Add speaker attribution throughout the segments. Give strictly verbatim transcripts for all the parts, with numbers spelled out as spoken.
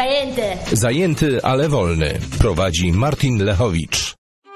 Speaker 1: Zajęty.
Speaker 2: Zajęty, ale wolny. Prowadzi Martin Lechowicz.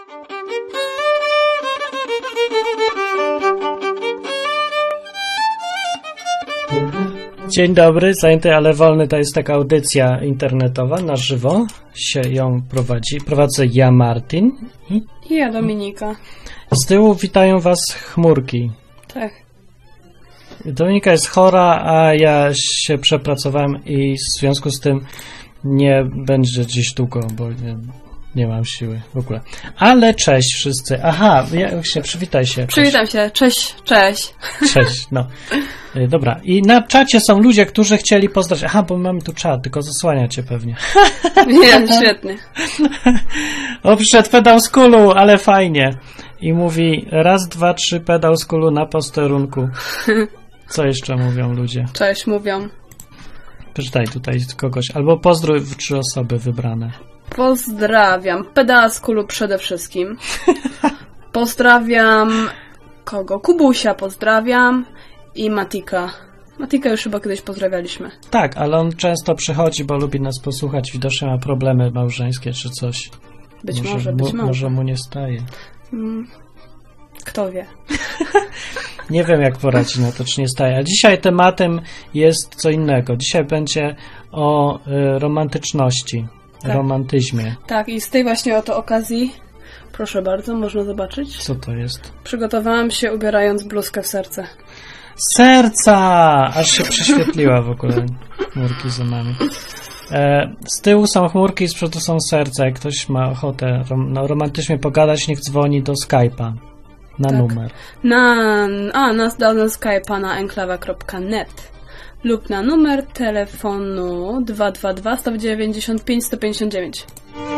Speaker 3: Dzień dobry, Zajęty, ale wolny to jest taka audycja internetowa, na żywo się ją prowadzi. Prowadzę ja, Martin.
Speaker 4: I ja, Dominika.
Speaker 3: Z tyłu witają was chmurki.
Speaker 4: Tak.
Speaker 3: Dominika jest chora, a ja się przepracowałem i w związku z tym nie będzie dziś długo, bo nie, nie mam siły w ogóle. Ale cześć wszyscy. Aha, ja, właśnie, przywitaj się.
Speaker 4: Przywitam się. Cześć, cześć.
Speaker 3: Cześć, no. Dobra, i na czacie są ludzie, którzy chcieli pozdrowić. Aha, bo mamy tu czat, tylko zasłania cię pewnie.
Speaker 4: Nie, świetnie.
Speaker 3: O, przyszedł pedał z kulu, ale fajnie. I mówi raz, dwa, trzy, pedał z kulu na posterunku. Co jeszcze mówią ludzie?
Speaker 4: Cześć, mówią.
Speaker 3: Przeczytaj tutaj kogoś, albo pozdrów trzy osoby wybrane.
Speaker 4: Pozdrawiam pedała z kulu przede wszystkim. Pozdrawiam kogo? Kubusia pozdrawiam i Matika. Matika już chyba kiedyś pozdrawialiśmy.
Speaker 3: Tak, ale on często przychodzi, bo lubi nas posłuchać. Widocznie ma problemy małżeńskie czy coś.
Speaker 4: Być
Speaker 3: może,
Speaker 4: może, być
Speaker 3: mu,
Speaker 4: może.
Speaker 3: Może mu nie staje.
Speaker 4: Hmm. Kto wie?
Speaker 3: Nie wiem, jak poradzić na to, czy nie staje. A dzisiaj tematem jest co innego. Dzisiaj będzie o y, romantyczności,
Speaker 4: tak.
Speaker 3: romantyzmie.
Speaker 4: Tak, i z tej właśnie oto okazji, proszę bardzo, można zobaczyć.
Speaker 3: Co to jest?
Speaker 4: Przygotowałam się ubierając bluzkę w serce.
Speaker 3: Serca! Aż się prześwietliła w ogóle chmurki za nami. E, z tyłu są chmurki, z przodu są serca. Jak ktoś ma ochotę rom, no, romantycznie pogadać, niech dzwoni do Skype'a. Na tak. numer.
Speaker 4: Na, a, na, na Skype'a na enklawa kropka net lub na numer telefonu dwa dwa dwa, sto dziewięćdziesiąt pięć, sto pięćdziesiąt dziewięć.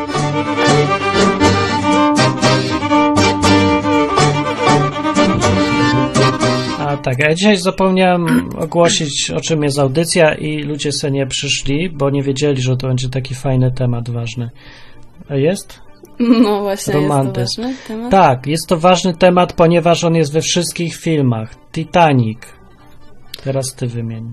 Speaker 3: A tak, ja dzisiaj zapomniałem ogłosić, o czym jest audycja i ludzie se nie przyszli, bo nie wiedzieli, że to będzie taki fajny temat ważny. A jest?
Speaker 4: No właśnie,
Speaker 3: romantyzm.
Speaker 4: Jest to ważny temat?
Speaker 3: Tak, jest to ważny temat, ponieważ on jest we wszystkich filmach. Titanic. Teraz ty wymień.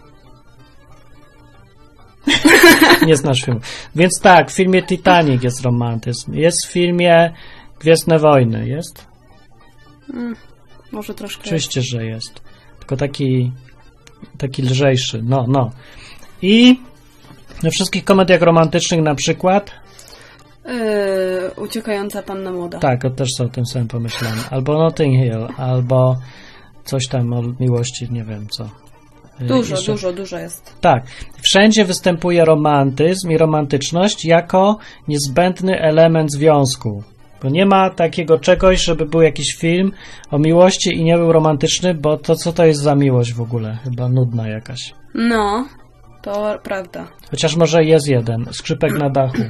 Speaker 3: Nie znasz filmu. Więc tak, w filmie Titanic jest romantyzm. Jest w filmie Gwiezdne Wojny. Jest?
Speaker 4: Hmm, może troszkę.
Speaker 3: Oczywiście, jest. że jest. Tylko taki taki lżejszy. No, no. I we wszystkich komediach romantycznych na przykład
Speaker 4: Yy, uciekająca panna młoda.
Speaker 3: Tak, to też są o tym samym pomyślałem. Albo Notting Hill, albo coś tam o miłości, nie wiem co.
Speaker 4: Dużo,
Speaker 3: Jeszcze...
Speaker 4: dużo, dużo jest.
Speaker 3: Tak. Wszędzie występuje romantyzm i romantyczność jako niezbędny element związku. Bo nie ma takiego czegoś, żeby był jakiś film o miłości i nie był romantyczny, bo to co to jest za miłość w ogóle? Chyba nudna jakaś.
Speaker 4: No, to prawda.
Speaker 3: Chociaż może jest jeden. Skrzypek na dachu.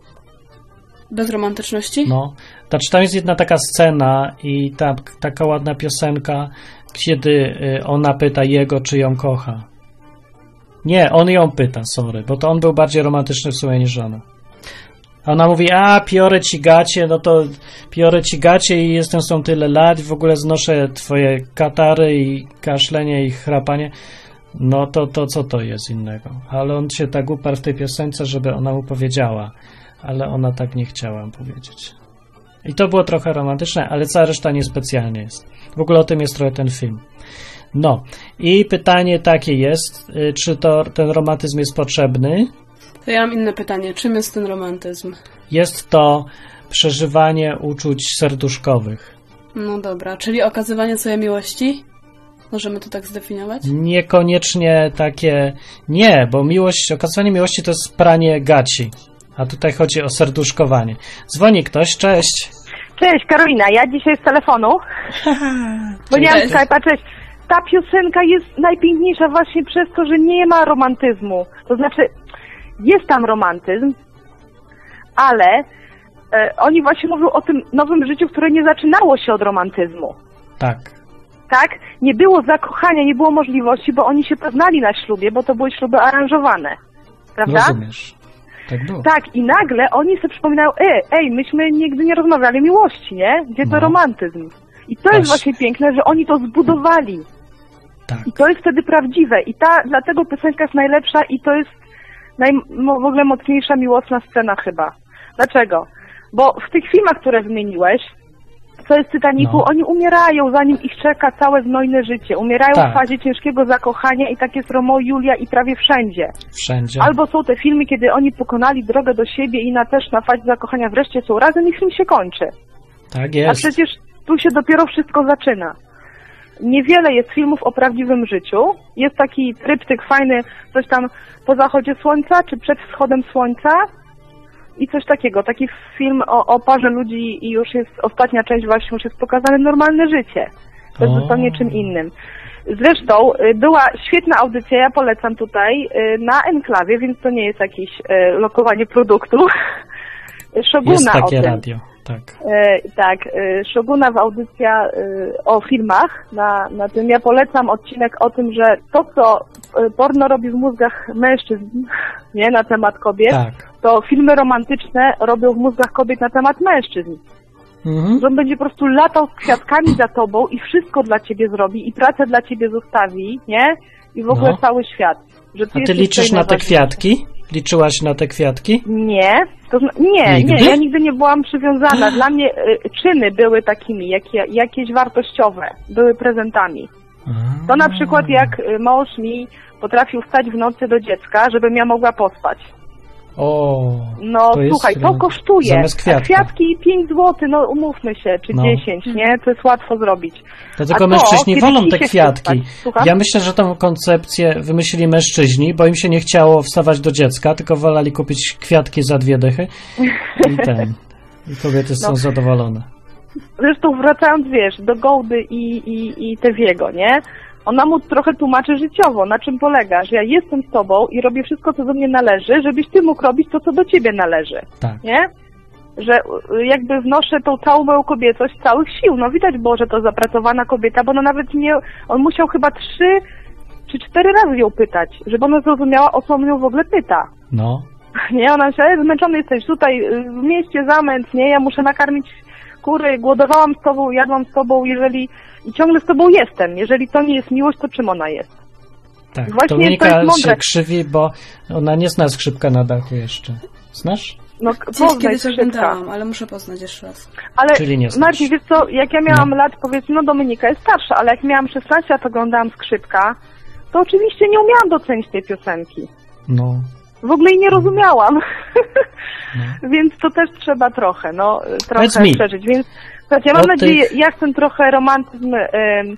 Speaker 4: Bez romantyczności?
Speaker 3: No. Znaczy tam jest jedna taka scena i ta, taka ładna piosenka, kiedy ona pyta jego, czy ją kocha. Nie, on ją pyta, sorry, bo to on był bardziej romantyczny w sumie niż ona. A ona mówi, a piorę ci gacie, no to piorę ci gacie i jestem z tą tyle lat, w ogóle znoszę twoje katary i kaszlenie i chrapanie. No to, to co to jest innego? Ale on się tak uparł w tej piosence, żeby ona mu powiedziała. Ale ona tak nie chciała powiedzieć. I to było trochę romantyczne, ale cała reszta niespecjalnie jest. W ogóle o tym jest trochę ten film. No. I pytanie takie jest, czy to ten romantyzm jest potrzebny?
Speaker 4: To ja mam inne pytanie. Czym jest ten romantyzm?
Speaker 3: Jest to przeżywanie uczuć serduszkowych.
Speaker 4: No dobra, czyli okazywanie sobie miłości? Możemy to tak zdefiniować?
Speaker 3: Niekoniecznie takie... Nie, bo miłość, okazywanie miłości to jest pranie gaci. A tutaj chodzi o serduszkowanie. Dzwoni ktoś, cześć.
Speaker 5: Cześć, Karolina, ja dzisiaj z telefonu, bo nie mam Skype'a, cześć. Ta piosenka jest najpiękniejsza właśnie przez to, że nie ma romantyzmu. To znaczy, jest tam romantyzm, ale e, oni właśnie mówią o tym nowym życiu, które nie zaczynało się od romantyzmu.
Speaker 3: Tak.
Speaker 5: Tak? Nie było zakochania, nie było możliwości, bo oni się poznali na ślubie, bo to były śluby aranżowane. Prawda?
Speaker 3: Rozumiesz. Tak było.
Speaker 5: Tak, i nagle oni sobie przypominają, ej, ej, myśmy nigdy nie rozmawiali o miłości, nie? Gdzie to
Speaker 3: no.
Speaker 5: romantyzm? I to
Speaker 3: Właśnie.
Speaker 5: jest właśnie piękne, że oni to zbudowali.
Speaker 3: Tak.
Speaker 5: I to jest wtedy prawdziwe. I ta, dlatego piosenka jest najlepsza i to jest naj, w ogóle mocniejsza, miłosna scena chyba. Dlaczego? Bo w tych filmach, które wymieniłeś, co jest w Titanicu,
Speaker 3: no.
Speaker 5: oni umierają, zanim ich czeka całe znojne życie. Umierają
Speaker 3: tak.
Speaker 5: w fazie ciężkiego zakochania i tak jest Romeo i Julia i prawie wszędzie.
Speaker 3: Wszędzie.
Speaker 5: Albo są te filmy, kiedy oni pokonali drogę do siebie i na też na fazie zakochania wreszcie są razem i film się kończy.
Speaker 3: Tak jest.
Speaker 5: A przecież tu się dopiero wszystko zaczyna. Niewiele jest filmów o prawdziwym życiu. Jest taki tryptyk fajny, coś tam po zachodzie słońca, czy przed wschodem słońca i coś takiego. Taki film o, o parze ludzi i już jest, ostatnia część właśnie już jest pokazane normalne życie. To jest zupełnie czym innym. Zresztą była świetna audycja, ja polecam tutaj, na Enklawie, więc to nie jest jakieś lokowanie produktu. Szoguna
Speaker 3: jest takie
Speaker 5: o tym.
Speaker 3: radio. Tak.
Speaker 5: E, tak, e, Szoguna w audycja e, o filmach, na, na tym ja polecam odcinek o tym, że to, co e, porno robi w mózgach mężczyzn, nie, na temat kobiet,
Speaker 3: Tak.
Speaker 5: to filmy romantyczne robią w mózgach kobiet na temat mężczyzn.
Speaker 3: Mhm.
Speaker 5: Że on będzie po prostu latał z kwiatkami za tobą i wszystko dla ciebie zrobi i pracę dla ciebie zostawi, nie? I w ogóle
Speaker 3: No.
Speaker 5: cały świat. Że ty
Speaker 3: A ty
Speaker 5: jesteś
Speaker 3: liczysz
Speaker 5: tutaj
Speaker 3: na te
Speaker 5: najważniejszy.
Speaker 3: kwiatki? Liczyłaś na te kwiatki?
Speaker 5: Nie, to zna- nie,
Speaker 3: Nigdy?
Speaker 5: nie, ja nigdy nie byłam przywiązana. Dla mnie y, czyny były takimi, jakie, jakieś wartościowe, były prezentami. To na przykład jak y, mąż mi potrafił wstać w nocy do dziecka, żebym ja mogła pospać.
Speaker 3: O,
Speaker 5: No
Speaker 3: to jest,
Speaker 5: słuchaj, to
Speaker 3: y,
Speaker 5: kosztuje.
Speaker 3: zamiast kwiatka.
Speaker 5: A kwiatki pięć złotych, no umówmy się, czy
Speaker 3: No.
Speaker 5: dziesięć, nie? To jest łatwo zrobić.
Speaker 3: To tylko
Speaker 5: A to,
Speaker 3: mężczyźni
Speaker 5: kiedy
Speaker 3: wolą
Speaker 5: ci
Speaker 3: te
Speaker 5: się
Speaker 3: kwiatki.
Speaker 5: chce spać. Słucham?
Speaker 3: Ja myślę, że tą koncepcję wymyślili mężczyźni, bo im się nie chciało wstawać do dziecka, tylko woleli kupić kwiatki za dwie dychy i ten. I kobiety są
Speaker 5: No.
Speaker 3: zadowolone.
Speaker 5: Zresztą wracając, wiesz, do Gołdy i, i, i Tewiego, nie? Ona mu trochę tłumaczy życiowo, na czym polega, że ja jestem z tobą i robię wszystko, co do mnie należy, żebyś ty mógł robić to, co do ciebie należy,
Speaker 3: Tak.
Speaker 5: nie? Że y, jakby wnoszę tą całą moją kobiecość z całych sił. No widać było, że to zapracowana kobieta, bo ona nawet nie... On musiał chyba trzy czy cztery razy ją pytać, żeby ona zrozumiała, o co on ją w ogóle pyta.
Speaker 3: No.
Speaker 5: Nie, ona się, e, zmęczony jesteś tutaj, y, w mieście zamęt, nie? Ja muszę nakarmić kury, głodowałam z tobą, jadłam z tobą, jeżeli... I ciągle z tobą jestem. Jeżeli to nie jest miłość, to czym ona jest?
Speaker 3: Tak.
Speaker 5: Właśnie to
Speaker 3: Dominika
Speaker 5: jest mądre.
Speaker 3: się krzywi, bo ona nie zna Skrzypka na dachu jeszcze. Znasz?
Speaker 5: No,
Speaker 4: Gdzieś
Speaker 5: poznaj
Speaker 4: kiedyś
Speaker 5: Skrzypka.
Speaker 4: oglądałam, ale muszę poznać jeszcze raz.
Speaker 5: Ale
Speaker 3: Czyli nie znasz.
Speaker 5: Marcin, wiesz co, jak ja miałam
Speaker 3: No.
Speaker 5: lat, powiedzmy, no Dominika jest starsza, ale jak miałam szesnaście lat, oglądałam Skrzypka, to oczywiście nie umiałam docenić tej piosenki.
Speaker 3: No.
Speaker 5: W ogóle jej nie rozumiałam.
Speaker 3: No.
Speaker 5: Więc to też trzeba trochę, no,
Speaker 3: Powiedz
Speaker 5: trochę
Speaker 3: mi,
Speaker 5: przeżyć. Więc słuchajcie, ja mam
Speaker 3: o
Speaker 5: nadzieję,
Speaker 3: tych-
Speaker 5: ja chcę trochę romantyzm ym,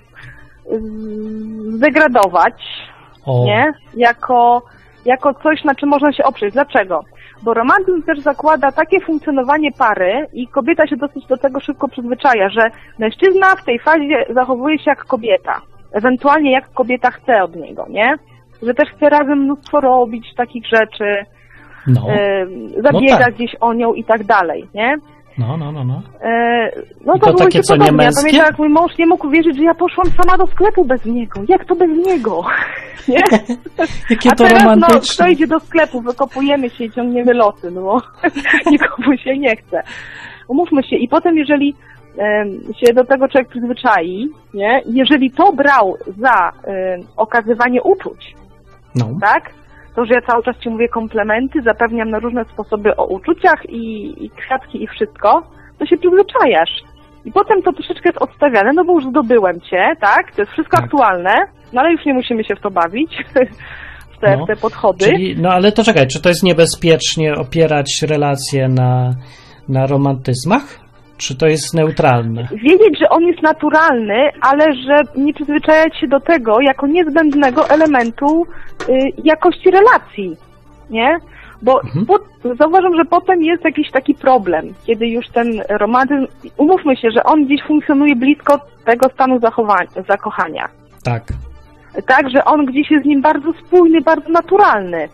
Speaker 5: ym, zdegradować,
Speaker 3: O.
Speaker 5: nie? Jako, jako coś, na czym można się oprzeć. Dlaczego? Bo romantyzm też zakłada takie funkcjonowanie pary i kobieta się dosyć do tego szybko przyzwyczaja, że mężczyzna w tej fazie zachowuje się jak kobieta. Ewentualnie jak kobieta chce od niego, nie? Że też chce razem mnóstwo robić takich rzeczy,
Speaker 3: No.
Speaker 5: yy, zabiega
Speaker 3: No tak.
Speaker 5: gdzieś o nią i tak dalej, nie?
Speaker 3: No, no, no, no.
Speaker 5: E, no
Speaker 3: I
Speaker 5: to,
Speaker 3: to
Speaker 5: było
Speaker 3: takie
Speaker 5: się
Speaker 3: co, nie
Speaker 5: podobnie. Ja
Speaker 3: męskie?
Speaker 5: pamiętam, jak mój mąż nie mógł wierzyć, że ja poszłam sama do sklepu bez niego. Jak to bez niego? Nie?
Speaker 3: Jakie
Speaker 5: A
Speaker 3: to
Speaker 5: teraz, no,
Speaker 3: romantyczne.
Speaker 5: kto idzie do sklepu, wykopujemy się i ciągniemy losy, no bo nikomu się nie chce. Umówmy się. I potem, jeżeli em, się do tego człowiek przyzwyczai, nie? Jeżeli to brał za em, okazywanie uczuć,
Speaker 3: No.
Speaker 5: tak? To, że ja cały czas ci mówię komplementy, zapewniam na różne sposoby o uczuciach i, i kwiatki i wszystko, to się przyzwyczajasz. I potem to troszeczkę jest odstawiane, no bo już zdobyłem cię, tak? To jest wszystko
Speaker 3: Tak.
Speaker 5: aktualne, no ale już nie musimy się w to bawić, w te,
Speaker 3: No.
Speaker 5: w te podchody.
Speaker 3: Czyli, no ale to czekaj, czy to jest niebezpiecznie opierać relacje na, na romantyzmach? Czy to jest neutralne?
Speaker 5: Wiedzieć, że on jest naturalny, ale że nie przyzwyczajać się do tego jako niezbędnego elementu y, jakości relacji, nie? Bo
Speaker 3: Mhm.
Speaker 5: po, zauważam, że potem jest jakiś taki problem, kiedy już ten romantyzm, umówmy się, że on gdzieś funkcjonuje blisko tego stanu zachowania, zakochania.
Speaker 3: Tak.
Speaker 5: Tak, że on gdzieś jest z nim bardzo spójny, bardzo naturalny.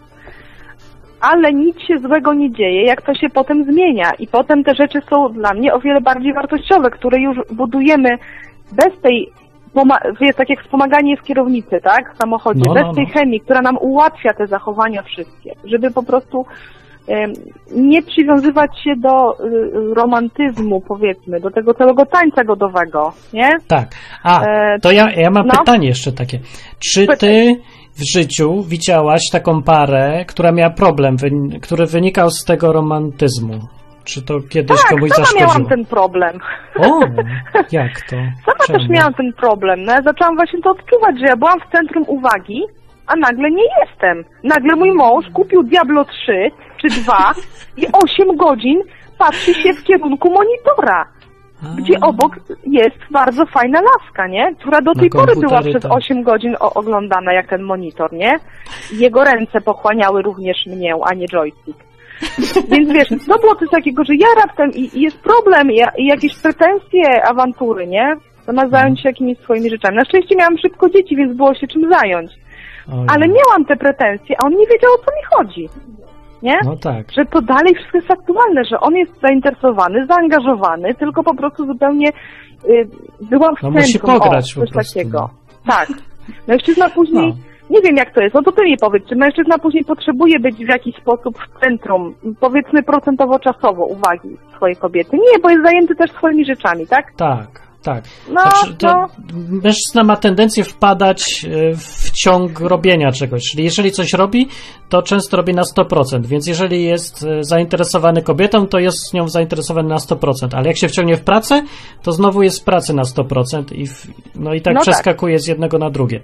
Speaker 5: Ale nic się złego nie dzieje, jak to się potem zmienia. I potem te rzeczy są dla mnie o wiele bardziej wartościowe, które już budujemy bez tej, jest tak jak wspomaganie jest kierownicy, tak, w samochodzie,
Speaker 3: No,
Speaker 5: bez
Speaker 3: no,
Speaker 5: tej
Speaker 3: no.
Speaker 5: chemii, która nam ułatwia te zachowania wszystkie, żeby po prostu em, nie przywiązywać się do y, romantyzmu, powiedzmy, do tego całego tańca godowego, nie?
Speaker 3: Tak. A,
Speaker 5: E,
Speaker 3: to ja, ja mam
Speaker 5: no.
Speaker 3: pytanie jeszcze takie. Czy ty
Speaker 5: Pytaj.
Speaker 3: w życiu widziałaś taką parę, która miała problem, wyn- który wynikał z tego romantyzmu? Czy to kiedyś
Speaker 5: tak,
Speaker 3: komuś
Speaker 5: sama
Speaker 3: zaszkodziło?
Speaker 5: miałam ten problem.
Speaker 3: O, jak to?
Speaker 5: Sama
Speaker 3: Czemu?
Speaker 5: też miałam ten problem. No ja zaczęłam właśnie to odczuwać, że ja byłam w centrum uwagi, a nagle nie jestem. Nagle mój mąż kupił Diablo trzy czy dwa i osiem godzin patrzy się w kierunku monitora,
Speaker 3: A.
Speaker 5: gdzie obok jest bardzo fajna laska, nie? Która do tej pory była
Speaker 3: komputery,
Speaker 5: przez
Speaker 3: tak.
Speaker 5: osiem godzin o- oglądana jak ten monitor, nie? I jego ręce pochłaniały również mnie, a nie joystick. Więc wiesz, to było coś takiego, że ja raptem i, i jest problem, i, i jakieś pretensje, awantury, nie? Zamiast zająć się jakimiś swoimi rzeczami. Na szczęście miałam szybko dzieci, więc było się czym zająć.
Speaker 3: Ojej.
Speaker 5: Ale miałam te pretensje, a on nie wiedział, o co mi chodzi. Nie?
Speaker 3: No tak.
Speaker 5: Że to dalej wszystko jest aktualne, że on jest zainteresowany, zaangażowany, tylko po prostu zupełnie y, byłam w
Speaker 3: No
Speaker 5: centrum.
Speaker 3: musi pograć
Speaker 5: o,
Speaker 3: po
Speaker 5: coś
Speaker 3: prostu,
Speaker 5: takiego.
Speaker 3: no.
Speaker 5: Tak. Mężczyzna później,
Speaker 3: No.
Speaker 5: nie wiem jak to jest, no to ty mi powiedz, czy mężczyzna później potrzebuje być w jakiś sposób w centrum, powiedzmy procentowo czasowo uwagi swojej kobiety? Nie, bo jest zajęty też swoimi rzeczami, tak?
Speaker 3: Tak, tak.
Speaker 5: No,
Speaker 3: Znaczy, to
Speaker 5: no.
Speaker 3: mężczyzna ma tendencję wpadać e, w ciąg robienia czegoś, czyli jeżeli coś robi, to często robi na sto procent, więc jeżeli jest e, zainteresowany kobietą, to jest nią zainteresowany na sto procent, ale jak się wciągnie w pracę, to znowu jest w pracy na sto procent i, w, no i tak
Speaker 5: No tak.
Speaker 3: przeskakuje z jednego na drugie.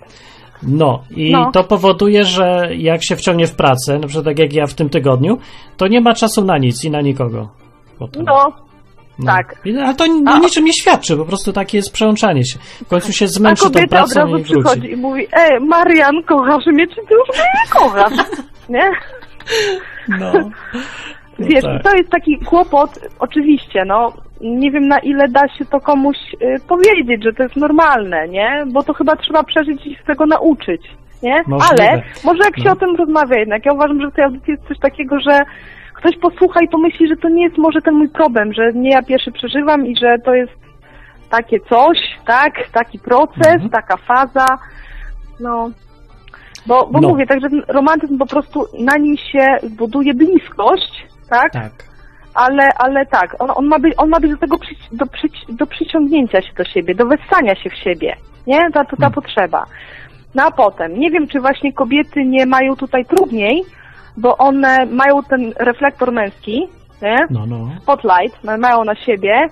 Speaker 3: No i
Speaker 5: No.
Speaker 3: to powoduje, że jak się wciągnie w pracę, na przykład tak jak ja w tym tygodniu, to nie ma czasu na nic i na nikogo. Potem.
Speaker 5: No,
Speaker 3: No.
Speaker 5: tak.
Speaker 3: I- Ale to o
Speaker 5: A-
Speaker 3: niczym nie świadczy, po prostu takie jest przełączanie się. W końcu się
Speaker 5: a
Speaker 3: zmęczy tą
Speaker 5: kobieta od
Speaker 3: pracą
Speaker 5: razu
Speaker 3: i wróci.
Speaker 5: przychodzi i mówi, e, Marian, kochasz mnie, czy ty już mnie nie kochasz? Nie?
Speaker 3: No. No
Speaker 5: Wiesz,
Speaker 3: tak.
Speaker 5: to jest taki kłopot, oczywiście, no, nie wiem na ile da się to komuś y, powiedzieć, że to jest normalne, nie? Bo to chyba trzeba przeżyć i się tego nauczyć, nie?
Speaker 3: Możliwe.
Speaker 5: Ale może jak się
Speaker 3: No.
Speaker 5: o tym rozmawia jednak, ja uważam, że w tej audycji jest coś takiego, że ktoś posłucha i pomyśli, że to nie jest może ten mój problem, że nie ja pierwszy przeżywam i że to jest takie coś, tak? Taki proces,
Speaker 3: Mhm.
Speaker 5: taka faza, no... Bo, bo
Speaker 3: No.
Speaker 5: mówię, także ten romantyzm po prostu na nim się buduje bliskość, tak?
Speaker 3: Tak.
Speaker 5: Ale, ale tak, on, on, ma być, on ma być do tego przy, do, przy, do przyciągnięcia się do siebie, do wessania się w siebie, nie? Ta, to ta
Speaker 3: Hmm.
Speaker 5: potrzeba. No a potem, nie wiem, czy właśnie kobiety nie mają tutaj trudniej, bo one mają ten reflektor męski, nie?
Speaker 3: No, no.
Speaker 5: Spotlight, ma- mają na siebie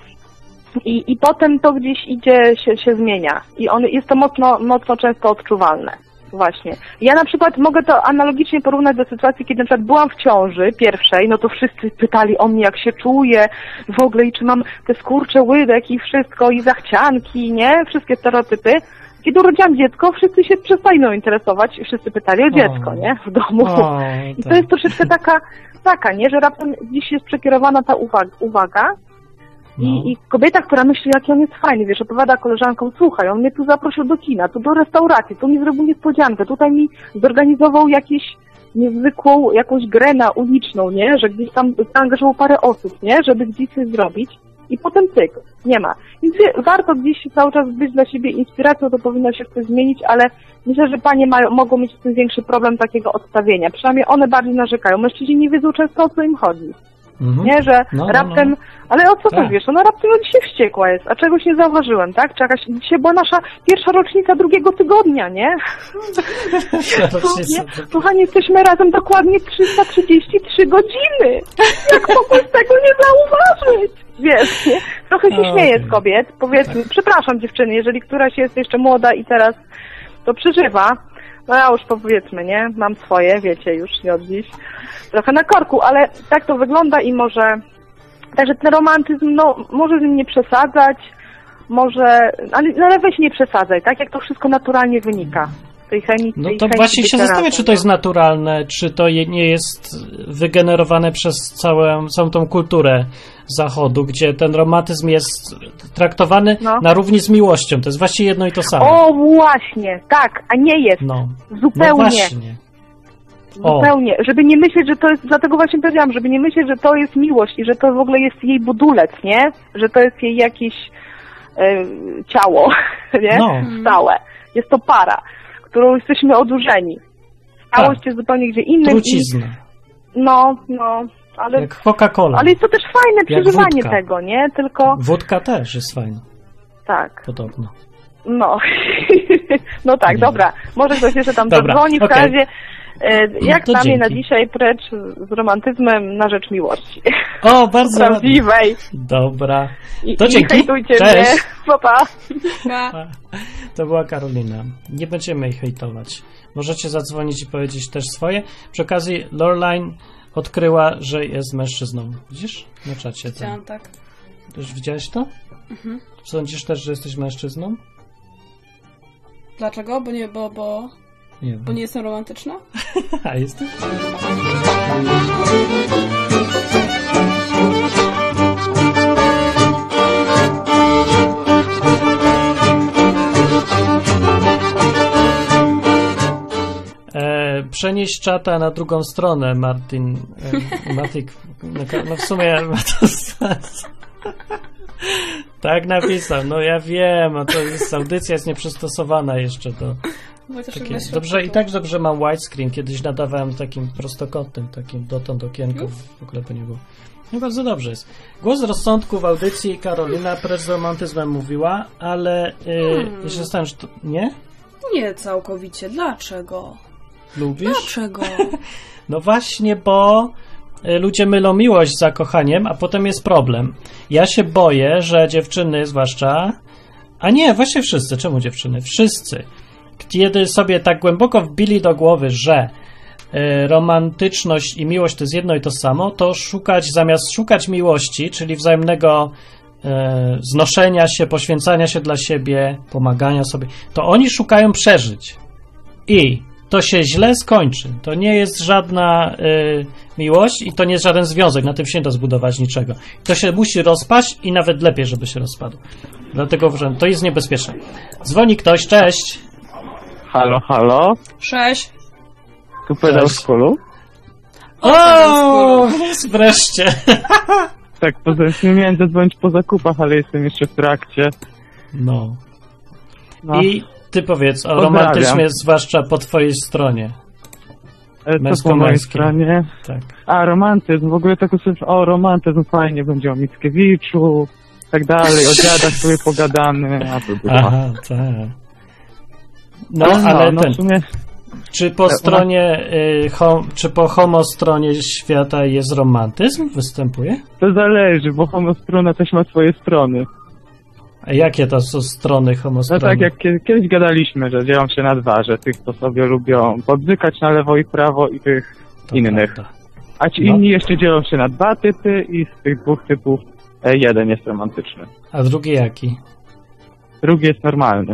Speaker 5: i, i potem to gdzieś idzie, się, się zmienia i on, jest to mocno, mocno często odczuwalne. Właśnie. Ja na przykład mogę to analogicznie porównać do sytuacji, kiedy na przykład byłam w ciąży pierwszej, no to wszyscy pytali o mnie, jak się czuję w ogóle i czy mam te skurcze łydek i wszystko, i zachcianki, nie? Wszystkie stereotypy. Kiedy urodziłam dziecko, wszyscy się przestali mną interesować i wszyscy pytali o dziecko,
Speaker 3: O.
Speaker 5: nie? W domu.
Speaker 3: O,
Speaker 5: I to
Speaker 3: tak.
Speaker 5: jest troszeczkę taka, taka, nie? Że raptem dziś jest przekierowana ta uwaga, uwaga
Speaker 3: No.
Speaker 5: i, i kobieta, która myśli, jaki on jest fajny, wiesz, opowiada koleżankom, słuchaj, on mnie tu zaprosił do kina, tu do restauracji, tu mi zrobił niespodziankę, tutaj mi zorganizował jakieś niezwykłą jakąś grę na uliczną, nie? Że gdzieś tam zaangażował parę osób, nie? Żeby gdzieś coś zrobić. I potem cyk, nie ma. Więc wie, warto gdzieś cały czas być dla siebie inspiracją, to powinno się coś zmienić, ale myślę, że panie mają, mogą mieć z tym większy problem takiego odstawienia. Przynajmniej one bardziej narzekają. Mężczyźni nie wiedzą często, o co im chodzi.
Speaker 3: Mhm.
Speaker 5: Nie, że
Speaker 3: No, no,
Speaker 5: raptem,
Speaker 3: no.
Speaker 5: ale o co
Speaker 3: Tak.
Speaker 5: to wiesz? Ona raptem no dzisiaj wściekła jest, a czegoś nie zauważyłem, tak? Czy jakaś, dzisiaj była nasza pierwsza rocznica drugiego tygodnia, nie? nie? Kochani, jesteśmy razem dokładnie trzysta trzydzieści trzy godziny. Jak mogłeś tego nie zauważyć? Wiesz, nie? Trochę się
Speaker 3: O,
Speaker 5: śmieję
Speaker 3: okej.
Speaker 5: z kobiet, powiedzmy, przepraszam dziewczyny, jeżeli któraś jest jeszcze młoda i teraz to przeżywa, no ja już powiedzmy, nie? Mam swoje, wiecie już, nie od dziś. Trochę na korku, ale tak to wygląda i może... Także ten romantyzm, no, może z nim nie przesadzać, może... Ale, no, ale weź nie przesadzaj, tak? Jak to wszystko naturalnie wynika. Tej chemii,
Speaker 3: No
Speaker 5: tej
Speaker 3: to
Speaker 5: chemii
Speaker 3: właśnie się
Speaker 5: bycia
Speaker 3: zastanawiam,
Speaker 5: razem,
Speaker 3: czy to jest
Speaker 5: no.
Speaker 3: naturalne, czy to je- nie jest wygenerowane przez całą, całą tą kulturę Zachodu, gdzie ten romantyzm jest traktowany
Speaker 5: No.
Speaker 3: na równi z miłością. To jest właściwie jedno i to samo.
Speaker 5: O, właśnie, tak, a nie jest.
Speaker 3: No,
Speaker 5: Zupełnie.
Speaker 3: no właśnie. O.
Speaker 5: Zupełnie. Żeby nie myśleć, że to jest, dlatego właśnie powiedziałam, żeby nie myśleć, że to jest miłość i że to w ogóle jest jej budulec, nie? Że to jest jej jakieś e, ciało, nie?
Speaker 3: No.
Speaker 5: Stałe. Jest to para, którą jesteśmy odurzeni. Stałość
Speaker 3: Tak.
Speaker 5: jest zupełnie gdzie innym.
Speaker 3: Trucizna.
Speaker 5: I, no, no, ale,
Speaker 3: Jak Coca-Cola.
Speaker 5: ale jest to też fajne
Speaker 3: Jak
Speaker 5: przeżywanie
Speaker 3: wódka.
Speaker 5: tego, nie? Tylko,
Speaker 3: Wódka też jest fajna,
Speaker 5: tak.
Speaker 3: podobno.
Speaker 5: No, no tak,
Speaker 3: Nie.
Speaker 5: dobra. Może ktoś jeszcze tam
Speaker 3: Dobra,
Speaker 5: zadzwoni. W
Speaker 3: okej.
Speaker 5: razie, e, jak
Speaker 3: to
Speaker 5: na mnie na
Speaker 3: dzięki.
Speaker 5: dzisiaj precz z romantyzmem na rzecz miłości.
Speaker 3: O, bardzo ładnie.
Speaker 5: Prawdziwej.
Speaker 3: Dobra.
Speaker 5: I,
Speaker 3: To
Speaker 5: i
Speaker 3: dzięki.
Speaker 5: hejtujcie
Speaker 3: Cześć.
Speaker 5: mnie. Pa, pa.
Speaker 4: Pa.
Speaker 3: To była Karolina. Nie będziemy jej hejtować. Możecie zadzwonić i powiedzieć też swoje. Przy okazji Loreline odkryła, że jest mężczyzną. Widzisz? Na czacie. Tam.
Speaker 4: Chciałam tak.
Speaker 3: Już widziałeś to?
Speaker 4: Mhm.
Speaker 3: Sądzisz też, że jesteś mężczyzną?
Speaker 4: Dlaczego? Bo nie, bo, bo,
Speaker 3: Nie
Speaker 4: bo
Speaker 3: wiem.
Speaker 4: nie jestem romantyczna?
Speaker 3: A, jesteś? E, przenieść czata na drugą stronę, Martin. E, Matik. No w sumie ma to sens. Tak napisał. No ja wiem, a to jest, audycja jest nieprzystosowana jeszcze do
Speaker 4: Chociaż
Speaker 3: takiej.
Speaker 4: chyba środku
Speaker 3: Dobrze, i
Speaker 4: tu.
Speaker 3: tak dobrze mam widescreen. Kiedyś nadawałem takim prostokątnym, takim dotąd okienko, w ogóle to nie było. No bardzo dobrze jest. Głos rozsądku w audycji Karolina precz z romantyzmem mówiła, ale yy,
Speaker 4: Hmm.
Speaker 3: ja się zastanawiam, że to... Nie?
Speaker 4: Nie całkowicie. Dlaczego?
Speaker 3: Lubisz?
Speaker 4: Dlaczego?
Speaker 3: No właśnie, bo y, ludzie mylą miłość z zakochaniem, a potem jest problem. Ja się boję, że dziewczyny zwłaszcza, a nie, właśnie wszyscy, czemu dziewczyny? Wszyscy. Kiedy sobie tak głęboko wbili do głowy, że y, romantyczność i miłość to jest jedno i to samo, to szukać, zamiast szukać miłości, czyli wzajemnego y, znoszenia się, poświęcania się dla siebie, pomagania sobie, to oni szukają przeżyć. I to się źle skończy. To nie jest żadna y, miłość i to nie jest żaden związek. Na tym się nie da zbudować niczego. To się musi rozpaść i nawet lepiej, żeby się rozpadł. Dlatego, że to jest niebezpieczne. Dzwoni ktoś, cześć.
Speaker 1: Halo, halo?
Speaker 4: Sześć.
Speaker 1: Tu pedał
Speaker 3: Cześć.
Speaker 1: z kolu?
Speaker 3: O, wreszcie.
Speaker 1: Tak, poza tym miałem zadzwonić po zakupach, ale jestem jeszcze w trakcie.
Speaker 3: No.
Speaker 1: No.
Speaker 3: I ty powiedz o
Speaker 1: Pozdrawiam.
Speaker 3: romantyzmie, zwłaszcza po twojej stronie.
Speaker 1: E, Co po mojej
Speaker 3: męsko-męskie.
Speaker 1: stronie?
Speaker 3: Tak.
Speaker 1: A, romantyzm. W ogóle tak usłyszę, o, romantyzm fajnie, będzie o Mickiewiczu, tak dalej, o dziadach sobie pogadamy, a to dużo.
Speaker 3: Aha, tak. No,
Speaker 1: Ale no,
Speaker 3: ale
Speaker 1: no
Speaker 3: ten,
Speaker 1: w sumie,
Speaker 3: czy po
Speaker 1: ona-
Speaker 3: stronie, y, hom, czy po homo stronie świata jest romantyzm? Występuje?
Speaker 1: to zależy, bo homostrona też ma swoje strony.
Speaker 3: A jakie to są strony homo
Speaker 1: No
Speaker 3: strony?
Speaker 1: tak, jak kie- kiedyś gadaliśmy, że dzielą się na dwa, że tych, co sobie lubią podbzykać na lewo i prawo i tych
Speaker 3: To
Speaker 1: innych.
Speaker 3: prawda.
Speaker 1: A ci
Speaker 3: No.
Speaker 1: inni jeszcze dzielą się na dwa typy i z tych dwóch typów e, jeden jest romantyczny.
Speaker 3: A drugi jaki?
Speaker 1: Drugi jest normalny.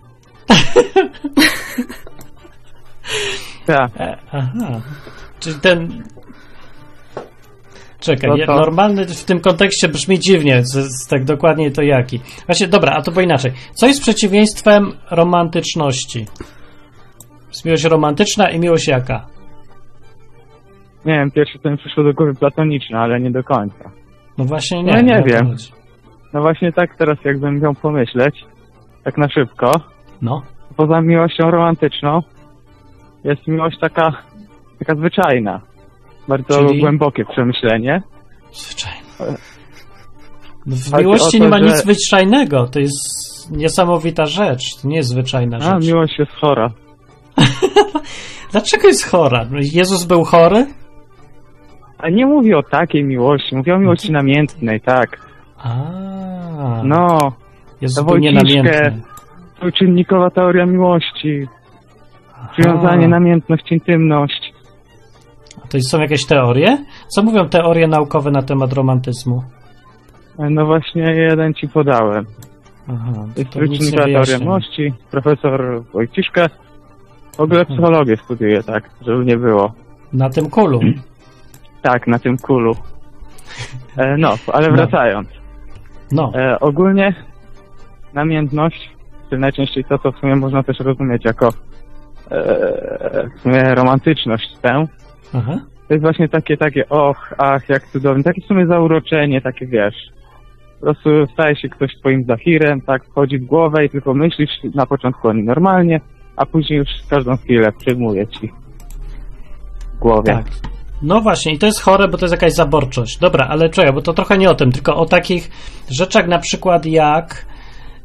Speaker 1: Tak.
Speaker 3: E, aha. Czyli ten... Czekaj,
Speaker 1: No
Speaker 3: je-
Speaker 1: to-
Speaker 3: normalny w tym kontekście brzmi dziwnie, z, z, tak dokładnie to jaki. Właśnie, dobra, a to bo inaczej. Co jest przeciwieństwem romantyczności? Jest miłość romantyczna i miłość jaka?
Speaker 1: Nie wiem, pierwszy to mi przyszło do głowy platoniczne, ale nie do końca.
Speaker 3: No właśnie nie.
Speaker 1: No nie
Speaker 3: o to
Speaker 1: wiem.
Speaker 3: chodzi.
Speaker 1: No właśnie tak teraz jakbym miał pomyśleć, tak na szybko,
Speaker 3: No.
Speaker 1: poza miłością romantyczną jest miłość taka, taka zwyczajna. Bardzo
Speaker 3: Czyli?
Speaker 1: głębokie przemyślenie.
Speaker 3: Zwyczajne. No w
Speaker 1: Chodzi
Speaker 3: miłości
Speaker 1: o to,
Speaker 3: nie ma
Speaker 1: że-
Speaker 3: nic zwyczajnego. To jest niesamowita rzecz. To nie jest zwyczajna
Speaker 1: A,
Speaker 3: rzecz.
Speaker 1: miłość jest chora.
Speaker 3: Dlaczego jest chora? Jezus był chory?
Speaker 1: A nie mówię o takiej miłości, mówię o miłości namiętnej, tak.
Speaker 3: A,
Speaker 1: No,
Speaker 3: Jezus
Speaker 1: to
Speaker 3: był
Speaker 1: Wojciszkę.
Speaker 3: nienamiętny.
Speaker 1: trójczynnikowa teoria miłości, przywiązanie,
Speaker 3: A,
Speaker 1: namiętność, intymność.
Speaker 3: to są jakieś teorie? Co mówią teorie naukowe na temat romantyzmu?
Speaker 1: No właśnie jeden ci podałem.
Speaker 3: Aha,
Speaker 1: To jest
Speaker 3: to nic nie
Speaker 1: trójczynnikowa teoria
Speaker 3: wyjaśnia.
Speaker 1: miłości, profesor Wojciszkę. W ogóle psychologię studiuje, tak, żeby nie było.
Speaker 3: Na tym kulu.
Speaker 1: Tak, na tym kulu. E, no, ale
Speaker 3: No.
Speaker 1: wracając.
Speaker 3: No,
Speaker 1: E, ogólnie namiętność, czy najczęściej to, co w sumie można też rozumieć jako e, w sumie romantyczność tę,
Speaker 3: aha.
Speaker 1: to jest właśnie takie, takie och, ach, jak cudownie, takie w sumie zauroczenie, takie wiesz. Po prostu staje się ktoś twoim zafirem, tak, wchodzi w głowę i tylko myślisz na początku o nim normalnie, a później już każdą chwilę przejmuje ci w głowie.
Speaker 3: Tak. No właśnie, i to jest chore, bo to jest jakaś zaborczość. Dobra, ale czekaj, bo to trochę nie o tym, tylko o takich rzeczach na przykład jak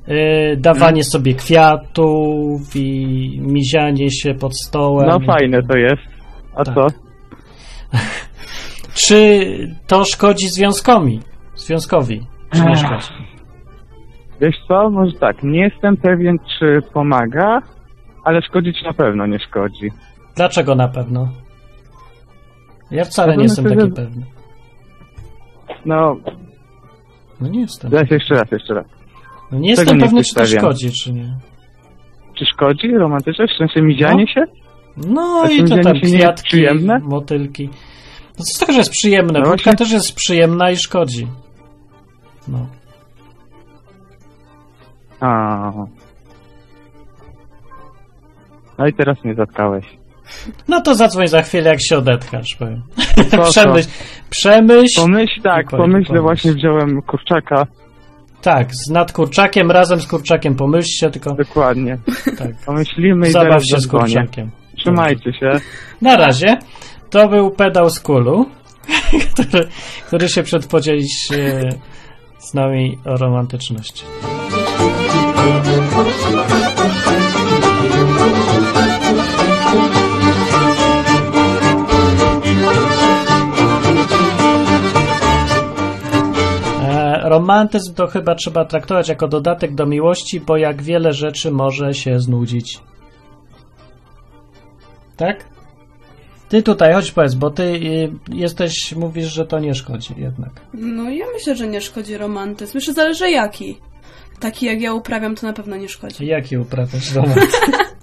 Speaker 3: Yy, dawanie sobie kwiatów i mizianie się pod stołem.
Speaker 1: No fajne to jest. A
Speaker 3: Tak.
Speaker 1: co?
Speaker 3: Czy to szkodzi związkowi? Związkowi? Czy nie szkodzi?
Speaker 1: Wiesz co? Może tak, nie jestem pewien, czy pomaga, ale szkodzić na pewno nie szkodzi.
Speaker 3: Dlaczego na pewno? Ja wcale
Speaker 1: Ja
Speaker 3: nie jestem
Speaker 1: myślę,
Speaker 3: taki
Speaker 1: że-
Speaker 3: pewny.
Speaker 1: No,
Speaker 3: No nie jestem.
Speaker 1: zaraz jeszcze raz, jeszcze raz.
Speaker 3: No nie
Speaker 1: Tego
Speaker 3: jestem
Speaker 1: nie
Speaker 3: pewny,
Speaker 1: jesteś
Speaker 3: czy to
Speaker 1: pewien.
Speaker 3: szkodzi, czy nie.
Speaker 1: Czy szkodzi romantyczność? W sensie mizianie
Speaker 3: No.
Speaker 1: się?
Speaker 3: No
Speaker 1: A
Speaker 3: i
Speaker 1: czy
Speaker 3: to tam
Speaker 1: mizianie się nie jest
Speaker 3: kwiatki,
Speaker 1: przyjemne?
Speaker 3: motylki. No co z tego, że jest przyjemne?
Speaker 1: No
Speaker 3: Wódka
Speaker 1: właśnie.
Speaker 3: też jest przyjemna i szkodzi. No.
Speaker 1: A. No i teraz mnie zatkałeś.
Speaker 3: No to zadzwoń za chwilę, jak się odetchasz, powiem.
Speaker 1: Spoko.
Speaker 3: Przemyśl, przemyśl.
Speaker 1: Pomyśl tak,
Speaker 3: I powiedz,
Speaker 1: pomyślę,
Speaker 3: pomyśl.
Speaker 1: właśnie wziąłem kurczaka.
Speaker 3: Tak, z nad kurczakiem, razem z kurczakiem pomyślcie, tylko
Speaker 1: Dokładnie.
Speaker 3: tak.
Speaker 1: Pomyślimy i
Speaker 3: Zabaw
Speaker 1: zaraz
Speaker 3: się z
Speaker 1: zadzwonię.
Speaker 3: kurczakiem.
Speaker 1: Trzymajcie się.
Speaker 3: Na razie. To był pedał z kulu, który, który się przed podzielić e, z nami o romantyczności. E, romantyzm to chyba trzeba traktować jako dodatek do miłości, bo jak wiele rzeczy może się znudzić. Tak? Ty tutaj, chodź powiedz, bo ty y, jesteś, mówisz, że to nie szkodzi jednak.
Speaker 4: No ja myślę, że nie szkodzi romantyzm. Jeszcze zależy jaki. Taki jak ja uprawiam, to na pewno nie szkodzi.
Speaker 3: Jaki uprawiasz romantyzm?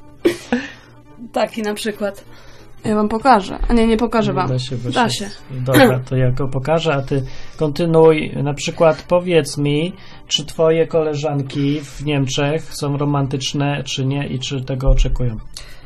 Speaker 4: Taki na przykład. Ja wam pokażę. A nie, nie pokażę wam.
Speaker 3: Da się, bo
Speaker 4: Da się.
Speaker 3: Dobra, to ja go pokażę, a ty kontynuuj. Na przykład powiedz mi, czy twoje koleżanki w Niemczech są romantyczne, czy nie i czy tego oczekują.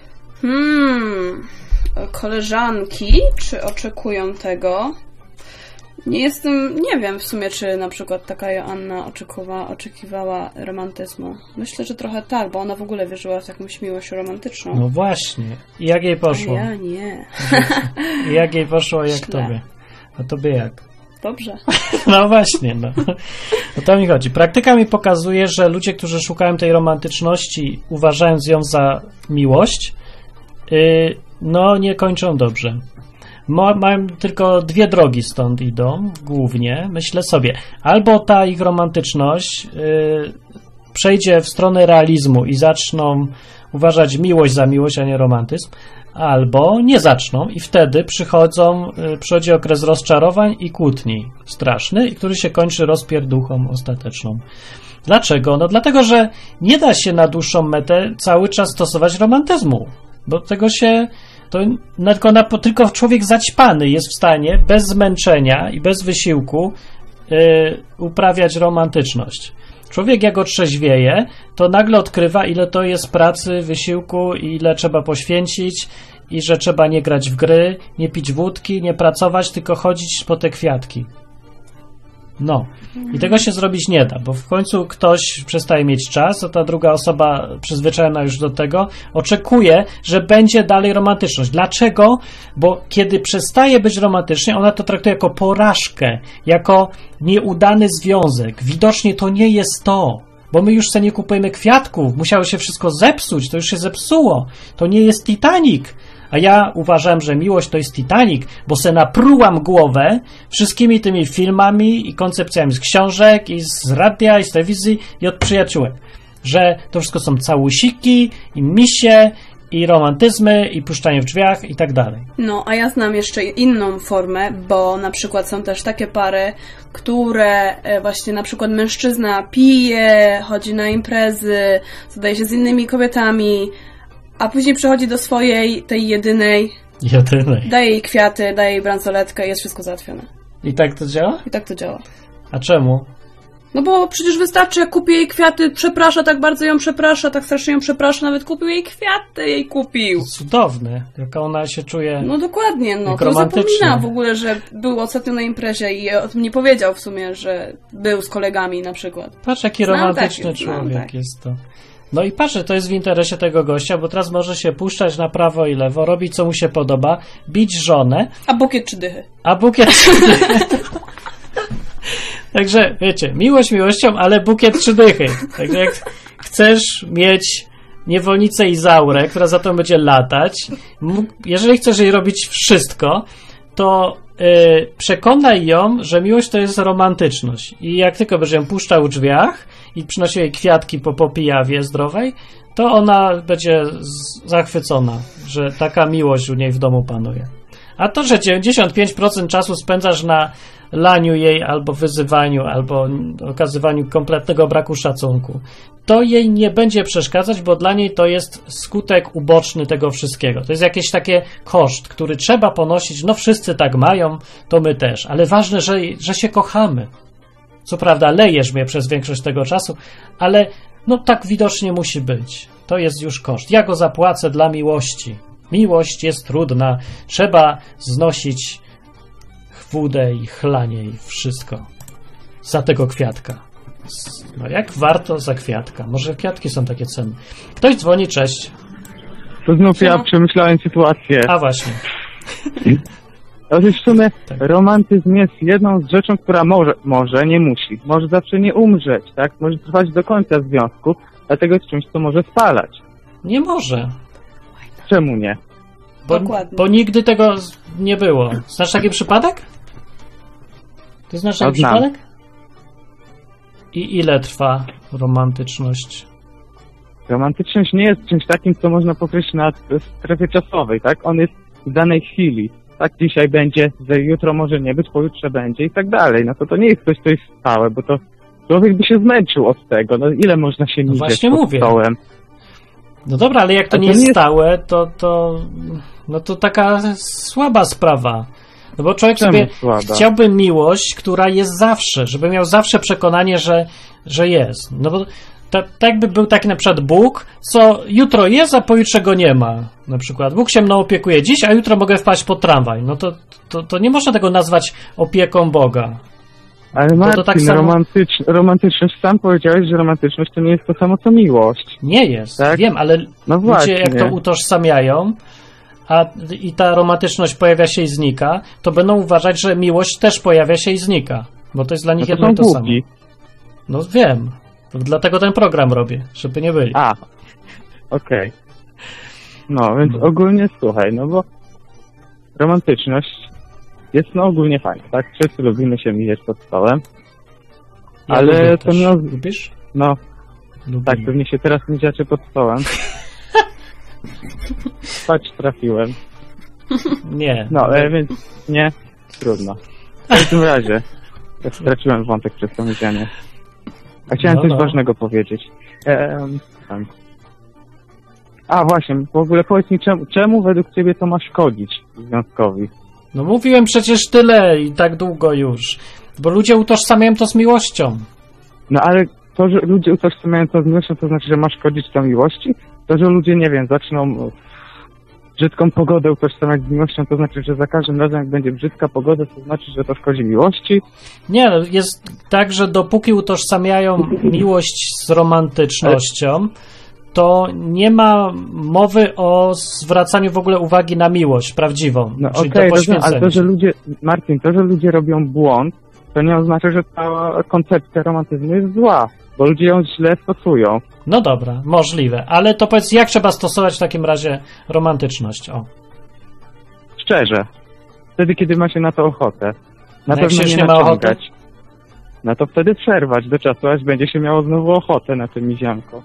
Speaker 4: Hmm. Koleżanki, czy oczekują tego? Nie jestem, nie wiem w sumie, czy na przykład taka Joanna oczekiwała, oczekiwała romantyzmu. Myślę, że trochę tak, bo ona w ogóle wierzyła w jakąś miłość romantyczną.
Speaker 3: No właśnie. I jak jej
Speaker 4: A
Speaker 3: poszło?
Speaker 4: ja nie.
Speaker 3: I jak jej poszło, jak
Speaker 4: Źle.
Speaker 3: tobie? A tobie jak?
Speaker 4: Dobrze.
Speaker 3: No właśnie, no. O to mi chodzi. Praktyka mi pokazuje, że ludzie, którzy szukają tej romantyczności, uważając ją za miłość, yy, no nie kończą dobrze. Ma, mają tylko dwie drogi stąd idą, głównie, myślę sobie. Albo ta ich romantyczność yy, przejdzie w stronę realizmu i zaczną uważać miłość za miłość, a nie romantyzm, albo nie zaczną i wtedy przychodzą, yy, przychodzi okres rozczarowań i kłótni straszny, który się kończy rozpierduchą ostateczną. Dlaczego? No dlatego, że nie da się na dłuższą metę cały czas stosować romantyzmu, bo tego się to tylko, na, tylko człowiek zaćpany jest w stanie bez zmęczenia i bez wysiłku yy, uprawiać romantyczność. Człowiek jak otrzeźwieje, to nagle odkrywa, ile to jest pracy, wysiłku, ile trzeba poświęcić i że trzeba nie grać w gry, nie pić wódki, nie pracować, tylko chodzić po te kwiatki. No. I tego się zrobić nie da, bo w końcu ktoś przestaje mieć czas, a ta druga osoba przyzwyczajona już do tego oczekuje, że będzie dalej romantyczność. Dlaczego? Bo kiedy przestaje być romantycznie, ona to traktuje jako porażkę, jako nieudany związek. Widocznie to nie jest to, bo my już sobie nie kupujemy kwiatków, musiało się wszystko zepsuć, to już się zepsuło. To nie jest Titanic. A ja uważam, że miłość to jest Titanic, bo se naprułam głowę wszystkimi tymi filmami i koncepcjami z książek, i z radia, i z telewizji, i od przyjaciółek. Że to wszystko są całusiki, i misie, i romantyzmy, i puszczanie w drzwiach, i tak dalej.
Speaker 4: No, a ja znam jeszcze inną formę, bo na przykład są też takie pary, które e, właśnie na przykład mężczyzna pije, chodzi na imprezy, zadaje się z innymi kobietami, a później przychodzi do swojej, tej jedynej,
Speaker 3: Jedynej.
Speaker 4: daje jej kwiaty, daje jej bransoletkę i jest wszystko załatwione.
Speaker 3: I tak to działa?
Speaker 4: I tak to działa.
Speaker 3: A czemu?
Speaker 4: No bo przecież wystarczy, jak kupi jej kwiaty, przeprasza, tak bardzo ją przeprasza, tak strasznie ją przeprasza, nawet kupił jej kwiaty, jej kupił.
Speaker 3: Cudowne. Jaka ona się czuje.
Speaker 4: No dokładnie, no
Speaker 3: Jak
Speaker 4: to
Speaker 3: romantycznie.
Speaker 4: zapomina w ogóle, że był ostatnio na imprezie i o tym nie powiedział w sumie, że był z kolegami na przykład.
Speaker 3: Patrz, jaki
Speaker 4: Znam
Speaker 3: romantyczny
Speaker 4: taki, znam
Speaker 3: człowiek
Speaker 4: taki.
Speaker 3: jest to. No i patrz, to jest w interesie tego gościa, bo teraz może się puszczać na prawo i lewo, robić co mu się podoba, bić żonę,
Speaker 4: A bukiet czy dychy?
Speaker 3: a bukiet Także, wiecie, miłość miłością, ale bukiet trzy dychy. Także jak chcesz mieć niewolnicę Izaurę, która za to będzie latać, jeżeli chcesz jej robić wszystko, to yy, przekonaj ją, że miłość to jest romantyczność. I jak tylko będziesz ją puszczał w drzwiach i przynosił jej kwiatki po popijawie zdrowej, to ona będzie z- zachwycona, że taka miłość u niej w domu panuje. A to, że dziewięćdziesiąt pięć procent czasu spędzasz na laniu jej, albo wyzywaniu, albo okazywaniu kompletnego braku szacunku, to jej nie będzie przeszkadzać, bo dla niej to jest skutek uboczny tego wszystkiego. To jest jakiś taki koszt, który trzeba ponosić. No wszyscy tak mają, to my też. Ale ważne, że, że się kochamy. Co prawda lejesz mnie przez większość tego czasu, ale no tak widocznie musi być. To jest już koszt. Ja go zapłacę dla miłości. Miłość jest trudna. Trzeba znosić wódę i chlanie i wszystko. Za tego kwiatka. No jak warto za kwiatka? Może kwiatki są takie cenne. Ktoś dzwoni, cześć.
Speaker 1: To znów ja przemyślałem sytuację.
Speaker 3: A właśnie.
Speaker 1: Otóż w sumie
Speaker 3: Tak.
Speaker 1: romantyzm jest jedną z rzeczą, która może, może, nie musi. Może zawsze nie umrzeć, tak? Może trwać do końca związku, dlatego jest czymś, co może spalać.
Speaker 3: Nie może.
Speaker 1: Czemu nie?
Speaker 3: Bo,
Speaker 4: Dokładnie.
Speaker 3: bo nigdy tego z- nie było. Znasz taki przypadek? Ty znasz taki
Speaker 1: No, znam.
Speaker 3: przypadek? I ile trwa romantyczność?
Speaker 1: Romantyczność nie jest czymś takim, co można pokreślić na strefie czasowej, tak? On jest w danej chwili. Tak, dzisiaj będzie, że jutro może nie być, pojutrze będzie i tak dalej. No to to nie jest coś, co jest stałe, bo to człowiek by się zmęczył od tego. No ile można się
Speaker 3: No
Speaker 1: mieć
Speaker 3: właśnie
Speaker 1: pod
Speaker 3: mówię.
Speaker 1: stołem?
Speaker 3: No dobra, ale jak to
Speaker 1: A to
Speaker 3: nie jest
Speaker 1: nie jest-
Speaker 3: stałe, to, to, no to taka słaba sprawa. No bo człowiek
Speaker 1: Czemu
Speaker 3: sobie
Speaker 1: słaba?
Speaker 3: chciałby miłość, która jest zawsze, żeby miał zawsze przekonanie, że, że jest. No bo to, tak jakby był taki na przykład Bóg, co jutro jest, a pojutrze go nie ma. Na przykład Bóg się mną opiekuje dziś, a jutro mogę wpaść pod tramwaj. No to, to, to nie można tego nazwać opieką Boga.
Speaker 1: Ale
Speaker 3: to
Speaker 1: Marcin,
Speaker 3: tak samo-
Speaker 1: romantycz, romantyczność, sam powiedziałeś, że romantyczność to nie jest to samo, co miłość.
Speaker 3: Nie jest,
Speaker 1: Tak?
Speaker 3: wiem, ale
Speaker 1: No
Speaker 3: ludzie
Speaker 1: właśnie.
Speaker 3: jak to utożsamiają, a i ta romantyczność pojawia się i znika, to będą uważać, że miłość też pojawia się i znika, bo to jest dla
Speaker 1: No
Speaker 3: nich
Speaker 1: to
Speaker 3: jedno
Speaker 1: są
Speaker 3: i to samo.
Speaker 1: głupi.
Speaker 3: No wiem, to dlatego ten program robię, żeby nie byli.
Speaker 1: A, okej. No, więc
Speaker 3: No.
Speaker 1: ogólnie słuchaj, no bo romantyczność jest no ogólnie fajna, tak? Wszyscy lubimy się mijać pod stołem.
Speaker 3: Ja
Speaker 1: ale
Speaker 3: lubię
Speaker 1: to
Speaker 3: też.
Speaker 1: miał-
Speaker 3: Lubisz?
Speaker 1: No,
Speaker 3: Lubimy.
Speaker 1: tak, pewnie się teraz miedziacie pod stołem. Patrz, trafiłem.
Speaker 3: Nie.
Speaker 1: No, e, więc nie, trudno. W każdym razie, ja straciłem wątek przez to miedzianie. A chciałem
Speaker 3: No,
Speaker 1: coś
Speaker 3: no.
Speaker 1: ważnego powiedzieć. Ehm, tam. A właśnie, w ogóle powiedz mi, czemu, czemu według ciebie to ma szkodzić związkowi?
Speaker 3: No mówiłem przecież tyle i tak długo już, bo ludzie utożsamiają to z miłością.
Speaker 1: No ale to, że ludzie utożsamiają to z miłością, to znaczy, że ma szkodzić to miłości? To, że ludzie, nie wiem, zaczną brzydką pogodę utożsamiać z miłością, to znaczy, że za każdym razem, jak będzie brzydka pogoda, to znaczy, że to szkodzi miłości?
Speaker 3: Nie, no, jest tak, że dopóki utożsamiają miłość z romantycznością, to nie ma mowy o zwracaniu w ogóle uwagi na miłość prawdziwą,
Speaker 1: No
Speaker 3: czyli
Speaker 1: okej,
Speaker 3: do
Speaker 1: rozumiem, ale
Speaker 3: poświęcenia.
Speaker 1: to, że ludzie, Marcin, to, że ludzie robią błąd, to nie oznacza, że ta koncepcja romantyzmu jest zła, bo ludzie ją źle stosują.
Speaker 3: No dobra, możliwe, ale to powiedz, jak trzeba stosować w takim razie romantyczność? O.
Speaker 1: Szczerze. Wtedy, kiedy ma się na to ochotę. Na
Speaker 3: No jak
Speaker 1: pewno
Speaker 3: się już
Speaker 1: nie
Speaker 3: nie ma ochoty?
Speaker 1: naciągać. No to wtedy przerwać do czasu, aż będzie się miało znowu ochotę na tym mizianko.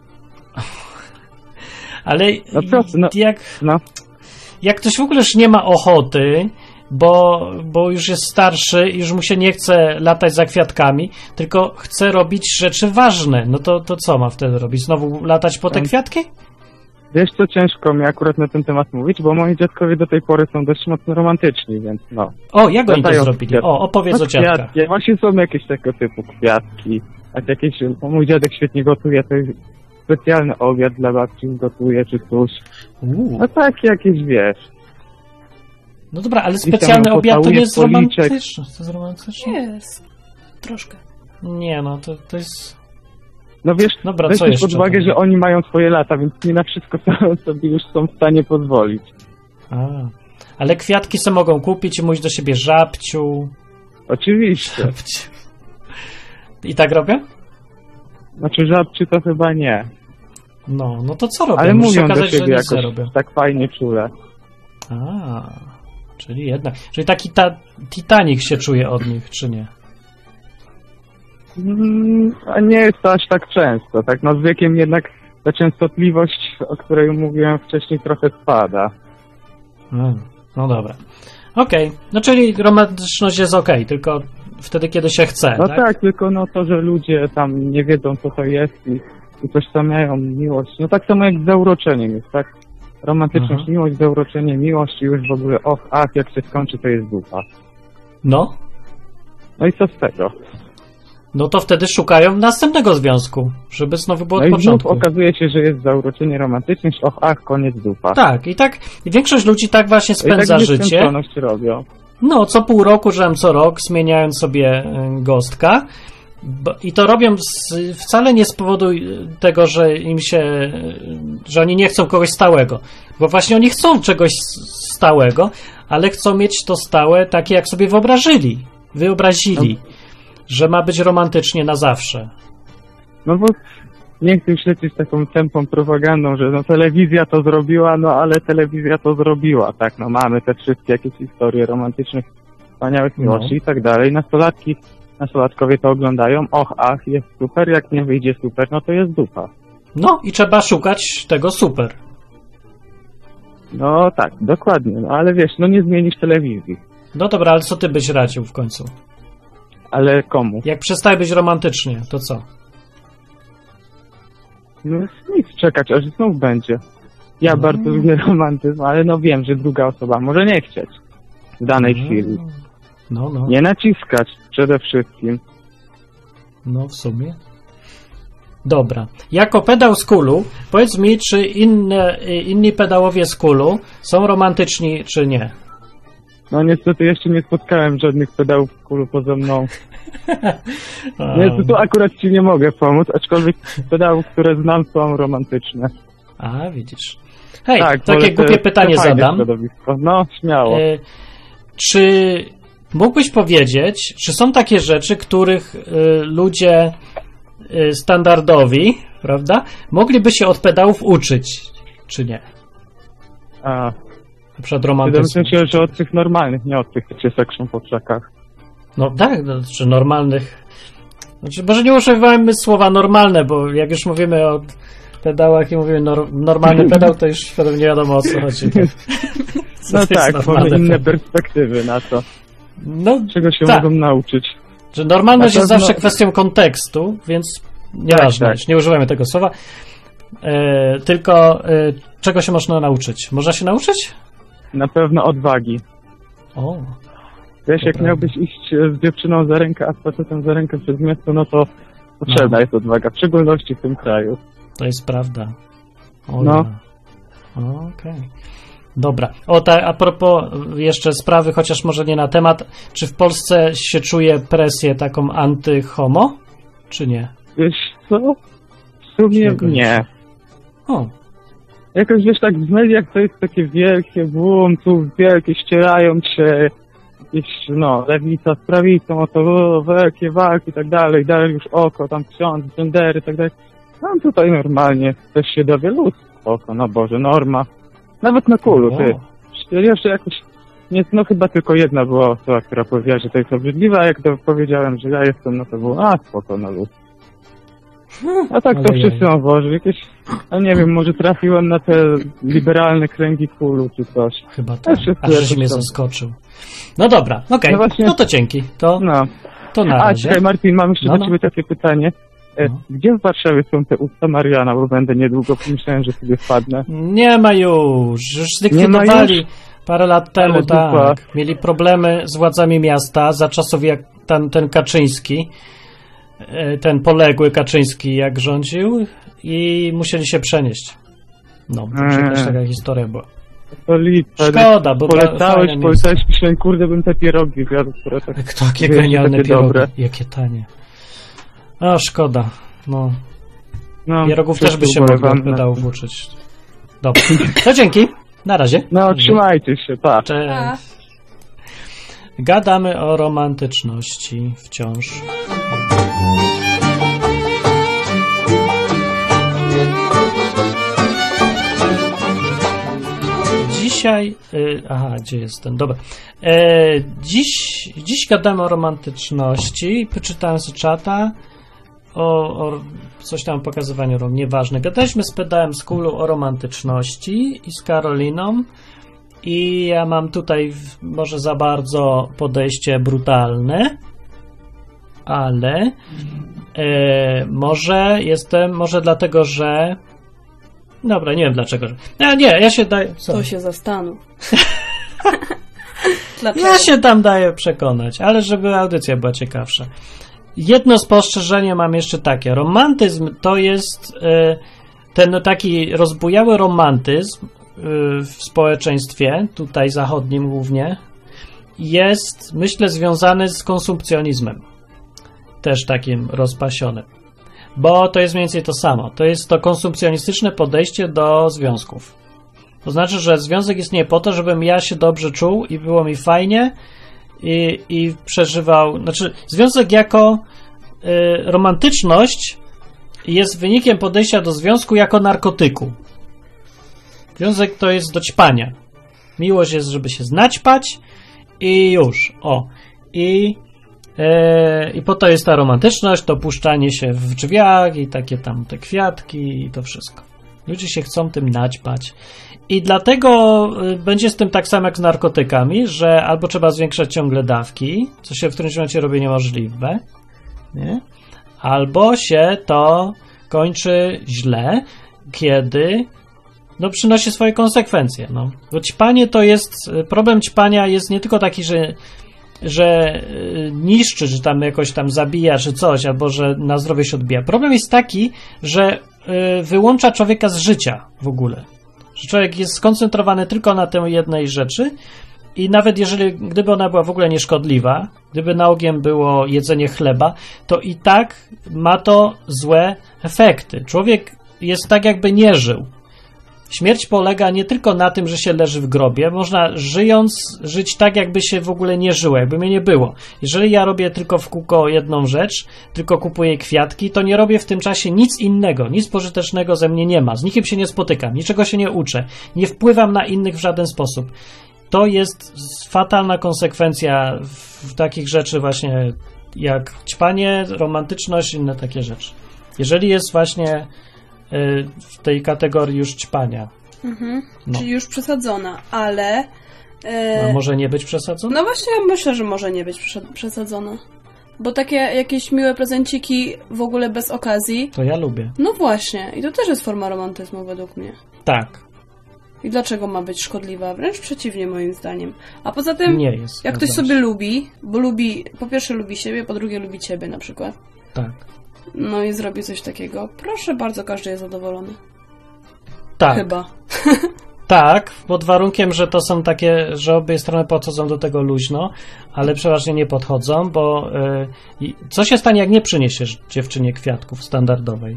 Speaker 3: Ale
Speaker 1: No proste, no.
Speaker 3: jak,
Speaker 1: No,
Speaker 3: jak ktoś w ogóle już nie ma ochoty, bo, bo już jest starszy i już mu się nie chce latać za kwiatkami, tylko chce robić rzeczy ważne, no to, to co ma wtedy robić? Znowu latać po te
Speaker 1: Tam-
Speaker 3: kwiatki?
Speaker 1: wiesz co, ciężko mi akurat na ten temat mówić, bo moi dziadkowie do tej pory są dość mocno romantyczni, więc no.
Speaker 3: O, jak oni to
Speaker 1: Latają
Speaker 3: zrobili?
Speaker 1: kwiat-
Speaker 3: O, opowiedz
Speaker 1: no
Speaker 3: o dziadkach.
Speaker 1: kwiatki, właśnie są jakieś tego typu kwiatki. A jakieś, bo mój dziadek świetnie gotuje, to jest specjalny obiad dla babci gotuje, czy coś.
Speaker 3: Uuu.
Speaker 1: No tak, jakieś, wiesz.
Speaker 3: No dobra, ale
Speaker 1: tam
Speaker 3: specjalny
Speaker 1: ją
Speaker 3: obiad to
Speaker 1: pocałuje
Speaker 3: nie jest
Speaker 1: w policzek.
Speaker 3: romantyczne. To jest romantyczne?
Speaker 4: Jest. Troszkę.
Speaker 3: Nie, no to, to jest...
Speaker 1: No wiesz,
Speaker 3: Dobra,
Speaker 1: weź
Speaker 3: co
Speaker 1: też
Speaker 3: jeszcze
Speaker 1: pod uwagę,
Speaker 3: tam?
Speaker 1: że oni mają swoje lata, więc nie na wszystko so- sobie już są w stanie pozwolić.
Speaker 3: A. Ale kwiatki se mogą kupić i mówić do siebie żabciu.
Speaker 1: Oczywiście.
Speaker 3: Żabciu. I tak robią?
Speaker 1: Znaczy żabczy to chyba nie.
Speaker 3: No, no to co robią?
Speaker 1: Ale
Speaker 3: Musi się
Speaker 1: mówią do
Speaker 3: okazać, że
Speaker 1: siebie
Speaker 3: nic nie
Speaker 1: jakoś
Speaker 3: robią.
Speaker 1: tak fajnie czule.
Speaker 3: A, czyli jednak. Czyli taki ta, Titanic się czuje od nich, czy nie?
Speaker 1: Mm, a nie jest to aż tak często. Tak no z wiekiem jednak ta częstotliwość, o której mówiłem wcześniej, trochę spada.
Speaker 3: No, no dobra. Okej, okay. No czyli romantyczność jest okej, okay, tylko wtedy, kiedy się chce,
Speaker 1: No
Speaker 3: tak?
Speaker 1: tak, tylko no to, że ludzie tam nie wiedzą, co to jest i, i tożsamiają miłość. No tak samo jak z zauroczeniem jest, tak? Romantyczność,
Speaker 3: Mhm.
Speaker 1: miłość, zauroczenie, miłość i już w ogóle, och, ach, jak się skończy, to jest dupa.
Speaker 3: No,
Speaker 1: No i co z tego?
Speaker 3: no to wtedy szukają następnego związku, żeby znowu było
Speaker 1: No
Speaker 3: od
Speaker 1: i znów
Speaker 3: początku.
Speaker 1: okazuje się, że jest zauroczenie, romantyczność, och, ach, koniec dupa.
Speaker 3: Tak, i tak i większość ludzi tak właśnie
Speaker 1: I
Speaker 3: spędza
Speaker 1: tak
Speaker 3: życie.
Speaker 1: nieskończoność robią.
Speaker 3: No, co pół roku, że tam co rok, zmieniając sobie y, gostka. Bo, I to robią z, wcale nie z powodu tego, że im się, y, że oni nie chcą kogoś stałego. Bo właśnie oni chcą czegoś s- stałego, ale chcą mieć to stałe takie, jak sobie wyobrażyli. Wyobrazili, że ma być romantycznie na zawsze.
Speaker 1: No bo nie chcę już lecieć taką tępą propagandą, że no telewizja to zrobiła, no ale telewizja to zrobiła, tak, no mamy te wszystkie jakieś historie romantycznych, wspaniałych
Speaker 3: No.
Speaker 1: miłości i tak dalej. Nastolatki, nastolatkowie to oglądają, och, ach, jest super, jak nie wyjdzie super, no to jest dupa.
Speaker 3: No i trzeba szukać tego super.
Speaker 1: No tak, dokładnie, no ale wiesz, no nie zmienisz telewizji.
Speaker 3: No dobra, ale co ty byś radził w końcu?
Speaker 1: Ale komu?
Speaker 3: Jak przestaje być romantycznie, to co?
Speaker 1: No nic, czekać, aż znów będzie. Ja
Speaker 3: No.
Speaker 1: bardzo lubię romantyzm, ale no wiem, że druga osoba może nie chcieć w danej chwili.
Speaker 3: No, no,
Speaker 1: Nie naciskać przede wszystkim.
Speaker 3: no w sumie. Dobra. Jako pedał z kulu, powiedz mi, czy inne, inni pedałowie z kulu są romantyczni, czy nie?
Speaker 1: No niestety jeszcze nie spotkałem żadnych pedałów w kulu poza mną.
Speaker 3: A,
Speaker 1: Nie, tu akurat ci nie mogę pomóc, aczkolwiek pedałów, które znam, są romantyczne.
Speaker 3: a widzisz. Hej,
Speaker 1: tak,
Speaker 3: takie
Speaker 1: wolę
Speaker 3: głupie
Speaker 1: te-
Speaker 3: pytanie
Speaker 1: te fajne
Speaker 3: zadam.
Speaker 1: środowisko. No, śmiało.
Speaker 3: E, czy mógłbyś powiedzieć, czy są takie rzeczy, których e, ludzie e, standardowi, prawda, mogliby się od pedałów uczyć, czy nie?
Speaker 1: A,
Speaker 3: Na przykład
Speaker 1: wydaje
Speaker 3: romantyzmu.
Speaker 1: mi się, że od tych normalnych, nie od tych, co się sekrzą po krzakach.
Speaker 3: No tak, no, czy normalnych. Znaczy, może nie używajmy słowa normalne, bo jak już mówimy o pedałach i mówimy nor, normalny pedał, to już pewnie nie wiadomo o co chodzi. Co
Speaker 1: No
Speaker 3: to jest
Speaker 1: tak, mamy
Speaker 3: normalny
Speaker 1: inne
Speaker 3: pedał?
Speaker 1: perspektywy na to,
Speaker 3: No,
Speaker 1: czego się
Speaker 3: tak.
Speaker 1: mogą nauczyć.
Speaker 3: że normalność
Speaker 1: Na
Speaker 3: jest
Speaker 1: pewno-
Speaker 3: zawsze kwestią kontekstu, więc nieważne,
Speaker 1: Tak, tak.
Speaker 3: już nie używajmy tego słowa. E, tylko e, czego się można nauczyć? Można się nauczyć?
Speaker 1: Na pewno odwagi.
Speaker 3: O,
Speaker 1: Wiesz,
Speaker 3: To
Speaker 1: jak
Speaker 3: prawda.
Speaker 1: miałbyś iść e, z dziewczyną za rękę, a z facetem za rękę przez miasto, no to potrzebna
Speaker 3: No.
Speaker 1: jest odwaga, w szczególności w tym kraju.
Speaker 3: to jest prawda. O,
Speaker 1: No.
Speaker 3: ja. Okej. Dobra. O, ta, a propos jeszcze sprawy, chociaż może nie na temat, czy w Polsce się czuje presję taką antyhomo, czy nie?
Speaker 1: Wiesz co? W sumie
Speaker 3: Czego
Speaker 1: nie.
Speaker 3: O,
Speaker 1: Jakoś wiesz, tak w mediach to jest takie wielkie boom, tu wielkie ścierają się, jakieś, no, lewica z prawicą, o to o, wielkie walki i tak dalej, dalej już oko, tam ksiądz, gendery i tak dalej. Tam tutaj normalnie też się dowie luz, oko, no Boże, norma. Nawet na kulu, ty.
Speaker 3: o.
Speaker 1: Jeszcze jakoś, nie, no chyba tylko jedna była osoba, która powiedziała, że to jest obrzydliwe, a jak to powiedziałem, że ja jestem, no to było, a spoko, no luz. A tak to
Speaker 3: Ojej.
Speaker 1: wszyscy o Boże, jakieś, no nie wiem, może trafiłem na te liberalne kręgi kulu czy coś.
Speaker 3: Chyba tak.
Speaker 1: wszyscy
Speaker 3: A żeś
Speaker 1: jakoś
Speaker 3: mnie
Speaker 1: tam-
Speaker 3: zaskoczył. No dobra, okej.
Speaker 1: No
Speaker 3: No,
Speaker 1: właśnie-
Speaker 3: to dzięki. To,
Speaker 1: No.
Speaker 3: to na
Speaker 1: A,
Speaker 3: razie.
Speaker 1: czekaj Martin, mam jeszcze
Speaker 3: No,
Speaker 1: do
Speaker 3: no.
Speaker 1: ciebie takie pytanie. E,
Speaker 3: No.
Speaker 1: Gdzie w Warszawie są te usta Mariana, bo będę niedługo, pomyślałem, że sobie wpadnę.
Speaker 3: Nie ma już. Już
Speaker 1: Nie ma
Speaker 3: zlikwidowali
Speaker 1: już?
Speaker 3: parę lat temu,
Speaker 1: Ale dupa.
Speaker 3: tak. Mieli problemy z władzami miasta za czasów jak ten, ten Kaczyński, e, ten poległy Kaczyński jak rządził i musieli się przenieść. No, to
Speaker 1: Eee.
Speaker 3: jakaś taka historia była.
Speaker 1: To lipa.
Speaker 3: Szkoda, bo
Speaker 1: Polecałeś,
Speaker 3: fajne miejsce.
Speaker 1: polecałeś, myślałem, kurde, bym te pierogi zjadł, które tak...
Speaker 3: Kto, jakie
Speaker 1: Wiecie,
Speaker 3: genialne
Speaker 1: takie
Speaker 3: pierogi.
Speaker 1: dobre.
Speaker 3: Jakie tanie. A, szkoda. No,
Speaker 1: No,
Speaker 3: pierogów też by się
Speaker 1: wszystko
Speaker 3: mogło od
Speaker 1: ubolewam.
Speaker 3: pedałów uczyć. Dobra. To dzięki. Na razie.
Speaker 1: No, trzymajcie się, tak.
Speaker 3: Cześć.
Speaker 4: A.
Speaker 3: Gadamy o romantyczności wciąż. dzisiaj... Y, aha, gdzie jestem? Dobra. E, dziś, dziś gadamy o romantyczności. Poczytałem z czata o, o coś tam o pokazywaniu rom. Nieważne. Gadaliśmy z pedałem z Kulu o romantyczności i z Karoliną. I ja mam tutaj może za bardzo podejście brutalne, ale e, może jestem, może dlatego, że dobra, nie wiem dlaczego. A nie, ja się daję... Co?
Speaker 4: To się zastanów.
Speaker 3: Ja się tam daję przekonać, ale żeby audycja była ciekawsza. Jedno spostrzeżenie mam jeszcze takie. Romantyzm to jest e, ten taki rozbujały romantyzm w społeczeństwie, tutaj zachodnim głównie, jest, myślę, związany z konsumpcjonizmem. Też takim rozpasionym. Bo to jest mniej więcej to samo. To jest to konsumpcjonistyczne podejście do związków. To znaczy, że związek istnieje po to, żebym ja się dobrze czuł i było mi fajnie i, i przeżywał... Znaczy, związek jako y, romantyczność jest wynikiem podejścia do związku jako narkotyku. Związek to jest do ćpania. Miłość jest, żeby się znaćpać i już. O. I, e, I po to jest ta romantyczność, to puszczanie się w drzwiach i takie tam te kwiatki i to wszystko. Ludzie się chcą tym naćpać. I dlatego będzie z tym tak samo jak z narkotykami, że albo trzeba zwiększać ciągle dawki, co się w którymś momencie robi niemożliwe, nie? Albo się to kończy źle, kiedy no przynosi swoje konsekwencje. No. Bo ćpanie to jest, problem ćpania jest nie tylko taki, że, że niszczy, że tam jakoś tam zabija, czy coś, albo że na zdrowie się odbija. Problem jest taki, że wyłącza człowieka z życia w ogóle. Że człowiek jest skoncentrowany tylko na tej jednej rzeczy i nawet jeżeli, gdyby ona była w ogóle nieszkodliwa, gdyby nałogiem było jedzenie chleba, to i tak ma to złe efekty. Człowiek jest tak jakby nie żył. Śmierć polega nie tylko na tym, że się leży w grobie. Można żyjąc, żyć tak, jakby się w ogóle nie żyło, jakby mnie nie było. Jeżeli ja robię tylko w kółko jedną rzecz, tylko kupuję kwiatki, to nie robię w tym czasie nic innego, nic pożytecznego ze mnie nie ma. Z nikim się nie spotykam, niczego się nie uczę, nie wpływam na innych w żaden sposób. To jest fatalna konsekwencja w takich rzeczy właśnie jak ćpanie, romantyczność i inne takie rzeczy. Jeżeli jest właśnie w tej kategorii już ćpania.
Speaker 4: Mhm. No. Czyli już przesadzona, ale...
Speaker 3: Yy... A może nie być przesadzona?
Speaker 4: No właśnie, ja myślę, że może nie być przesadzona. Bo takie jakieś miłe prezenciki w ogóle bez okazji...
Speaker 3: To ja lubię.
Speaker 4: No właśnie. I to też jest forma romantyzmu według mnie.
Speaker 3: Tak.
Speaker 4: I dlaczego ma być szkodliwa? Wręcz przeciwnie moim zdaniem. A poza tym,
Speaker 3: nie jest,
Speaker 4: jak ktoś sobie lubi, bo lubi, po pierwsze lubi siebie, po drugie lubi ciebie na przykład.
Speaker 3: Tak.
Speaker 4: No i zrobi coś takiego. Proszę bardzo, każdy jest zadowolony.
Speaker 3: Tak.
Speaker 4: Chyba.
Speaker 3: Tak, pod warunkiem, że to są takie, że obie strony podchodzą do tego luźno, ale przeważnie nie podchodzą, bo yy, co się stanie, jak nie przyniesiesz dziewczynie kwiatków standardowej?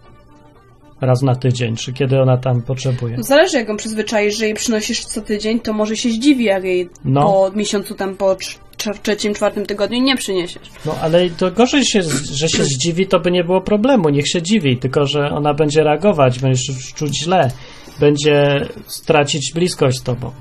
Speaker 3: Raz na tydzień, czy kiedy ona tam potrzebuje.
Speaker 4: Zależy, jak ją przyzwyczaisz, że jej przynosisz co tydzień, to może się zdziwi, jak jej no. po miesiącu tam po trzecim, czwartym tygodniu nie przyniesiesz.
Speaker 3: No, ale to gorzej, się, że się zdziwi, to by nie było problemu. Niech się dziwi, tylko że ona będzie reagować, będziesz czuć źle, będzie stracić bliskość z tobą.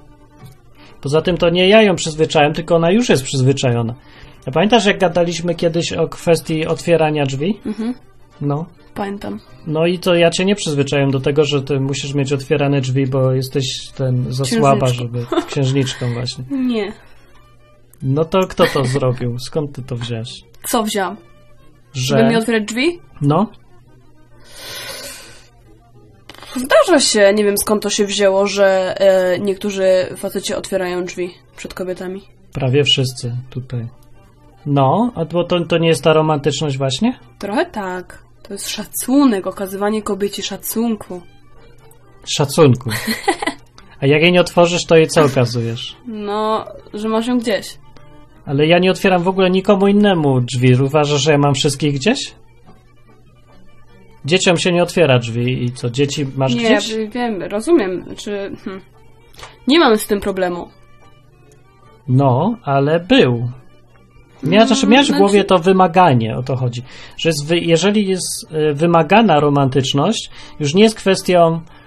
Speaker 3: Poza tym to nie ja ją przyzwyczaiłem, tylko ona już jest przyzwyczajona. A pamiętasz, jak gadaliśmy kiedyś o kwestii otwierania drzwi?
Speaker 4: Mhm.
Speaker 3: No.
Speaker 4: Pamiętam.
Speaker 3: No i to ja cię nie przyzwyczaiłem do tego, że ty musisz mieć otwierane drzwi, bo jesteś ten za słaba, żeby... Księżniczką właśnie.
Speaker 4: Nie.
Speaker 3: No to kto to zrobił? Skąd ty to wziąłeś?
Speaker 4: Co wziąłem?
Speaker 3: Że...
Speaker 4: Żeby mi otwierać drzwi?
Speaker 3: No.
Speaker 4: Zdarza się, nie wiem skąd to się wzięło, że e, niektórzy faceci otwierają drzwi przed kobietami.
Speaker 3: Prawie wszyscy tutaj. No, a bo to, to nie jest ta romantyczność właśnie?
Speaker 4: Trochę tak. To jest szacunek, okazywanie kobiecie szacunku.
Speaker 3: Szacunku. A jak jej nie otworzysz, to jej co okazujesz?
Speaker 4: No, że masz ją gdzieś.
Speaker 3: Ale ja nie otwieram w ogóle nikomu innemu drzwi. Uważasz, że ja mam wszystkich gdzieś? Dzieciom się nie otwiera drzwi i co, dzieci masz
Speaker 4: nie,
Speaker 3: gdzieś?
Speaker 4: Nie, wiem, rozumiem. Znaczy, hm. Nie mam z tym problemu.
Speaker 3: No, ale był. Mia, znaczy, miałeś w głowie to wymaganie, o to chodzi. Że jest wy, jeżeli jest y, wymagana romantyczność, już nie jest kwestią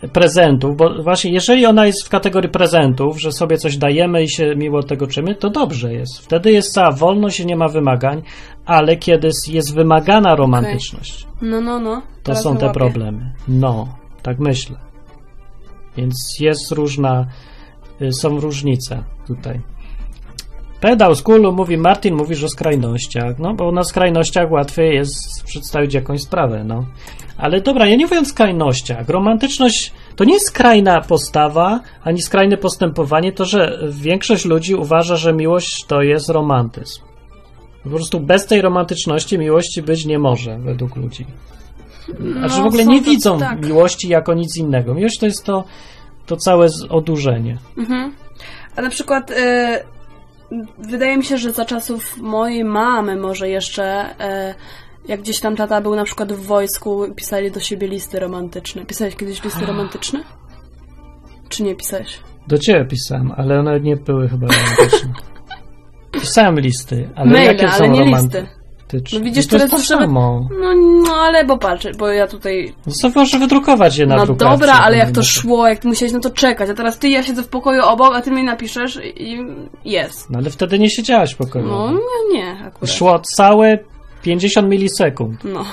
Speaker 3: prezentów, bo właśnie jeżeli ona jest w kategorii prezentów, że sobie coś dajemy i się miło tego czymy, to dobrze jest. Wtedy jest cała wolność i nie ma wymagań, ale kiedy jest wymagana romantyczność,
Speaker 4: okay. no, no, no.
Speaker 3: to są te
Speaker 4: łapię.
Speaker 3: problemy. No, tak myślę. Więc jest różna, są różnice tutaj. Pedał z kulu mówi, Martin, mówisz o skrajnościach, no bo na skrajnościach łatwiej jest przedstawić jakąś sprawę, no. Ale dobra, ja nie mówię o skrajnościach. Romantyczność to nie jest skrajna postawa, ani skrajne postępowanie, to, że większość ludzi uważa, że miłość to jest romantyzm. Po prostu bez tej romantyczności miłości być nie może, według ludzi. A że
Speaker 4: No,
Speaker 3: w ogóle nie
Speaker 4: to,
Speaker 3: widzą
Speaker 4: tak.
Speaker 3: miłości jako nic innego. Miłość to jest to, to całe odurzenie.
Speaker 4: Mhm. A na przykład y, wydaje mi się, że za czasów mojej mamy może jeszcze, y, jak gdzieś tam tata był na przykład w wojsku, pisali do siebie listy romantyczne. Pisałeś kiedyś listy romantyczne? Czy nie pisałeś?
Speaker 3: Do ciebie pisałem, ale one nie były chyba romantyczne. Pisałem listy, ale
Speaker 4: Maile,
Speaker 3: jakie
Speaker 4: ale
Speaker 3: są
Speaker 4: nie
Speaker 3: romantyczne?
Speaker 4: No widzisz,
Speaker 3: to jest
Speaker 4: teraz
Speaker 3: to
Speaker 4: trzeba...
Speaker 3: samo.
Speaker 4: No, no ale bo patrz, bo ja tutaj...
Speaker 3: No to może wydrukować je na
Speaker 4: No
Speaker 3: drukarce.
Speaker 4: dobra, ale jak to
Speaker 3: może.
Speaker 4: szło, jak ty musiałeś na to czekać, a teraz ty, ja siedzę w pokoju obok, a ty mi napiszesz i jest.
Speaker 3: No ale wtedy nie siedziałaś w pokoju.
Speaker 4: No nie, nie, akurat.
Speaker 3: Szło całe pięćdziesiąt milisekund.
Speaker 4: No.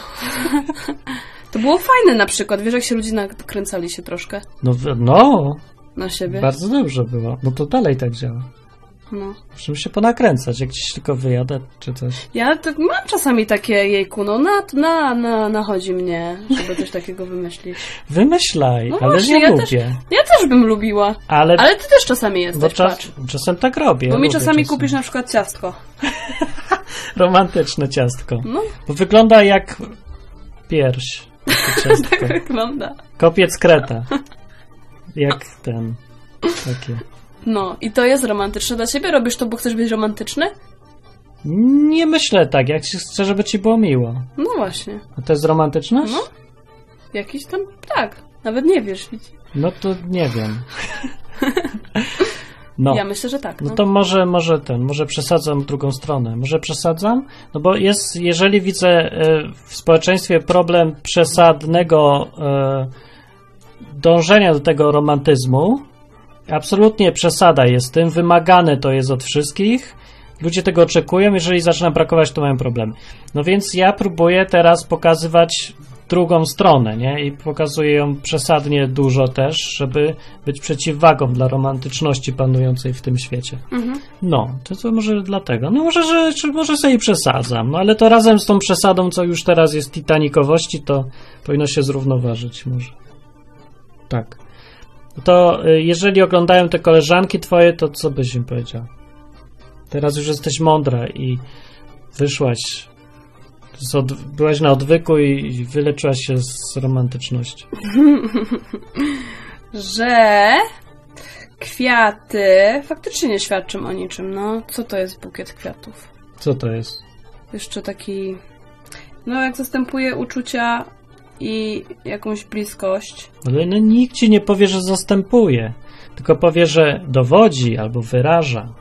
Speaker 4: To było fajne na przykład, wiesz, jak się ludzie nakręcali się troszkę
Speaker 3: No, w- no
Speaker 4: na siebie.
Speaker 3: bardzo dobrze było, bo to dalej tak działa.
Speaker 4: No.
Speaker 3: Musimy się ponakręcać, jak gdzieś tylko wyjadę, czy coś.
Speaker 4: Ja tak mam czasami takie, jejku, no na, na, na, nachodzi mnie, żeby coś takiego wymyślić.
Speaker 3: Wymyślaj,
Speaker 4: No
Speaker 3: ale
Speaker 4: właśnie,
Speaker 3: nie
Speaker 4: ja
Speaker 3: lubię.
Speaker 4: też, ja też bym lubiła,
Speaker 3: Ale,
Speaker 4: ale ty też czasami
Speaker 3: bo
Speaker 4: jesteś,
Speaker 3: czas,
Speaker 4: patrz.
Speaker 3: czasem tak robię.
Speaker 4: Bo mi
Speaker 3: lubię
Speaker 4: czasami
Speaker 3: czasem.
Speaker 4: kupisz na przykład ciastko.
Speaker 3: Romantyczne ciastko.
Speaker 4: No,
Speaker 3: Bo wygląda jak pierś. takie ciastko.
Speaker 4: tak wygląda.
Speaker 3: Kopiec kreta. Jak ten. Takie.
Speaker 4: No, i to jest romantyczne dla ciebie? Robisz to, bo chcesz być romantyczny?
Speaker 3: Nie myślę tak, jak się chce, żeby ci było miło.
Speaker 4: No właśnie.
Speaker 3: A to jest romantyczność?
Speaker 4: No. Jakiś tam, tak. Nawet nie wiesz. widzi.
Speaker 3: No to nie wiem. No.
Speaker 4: Ja myślę, że tak.
Speaker 3: No
Speaker 4: No.
Speaker 3: to może, może ten, może przesadzam w drugą stronę. Może przesadzam? No bo jest, jeżeli widzę e, w społeczeństwie problem przesadnego e, dążenia do tego romantyzmu, absolutnie przesada jest z tym, wymagane to jest od wszystkich, ludzie tego oczekują, jeżeli zaczyna brakować, to mają problemy. No więc ja próbuję teraz pokazywać drugą stronę, nie? I pokazuję ją przesadnie dużo też, żeby być przeciwwagą dla romantyczności panującej w tym świecie.
Speaker 4: Mhm.
Speaker 3: No, to, to może dlatego. No może, że, czy może sobie przesadzam, no ale to razem z tą przesadą, co już teraz jest titanikowości, to powinno się zrównoważyć może. Tak. To y, jeżeli oglądają te koleżanki twoje, to co byś im powiedział? Teraz już jesteś mądra i wyszłaś, z od, byłaś na odwyku i, i wyleczyłaś się z romantyczności.
Speaker 4: Że kwiaty faktycznie nie świadczą o niczym. No, co to jest bukiet kwiatów?
Speaker 3: Co to jest?
Speaker 4: Jeszcze taki... No, jak zastępuje uczucia i jakąś bliskość.
Speaker 3: Ale no, nikt ci nie powie, że zastępuje, tylko powie, że dowodzi albo wyraża.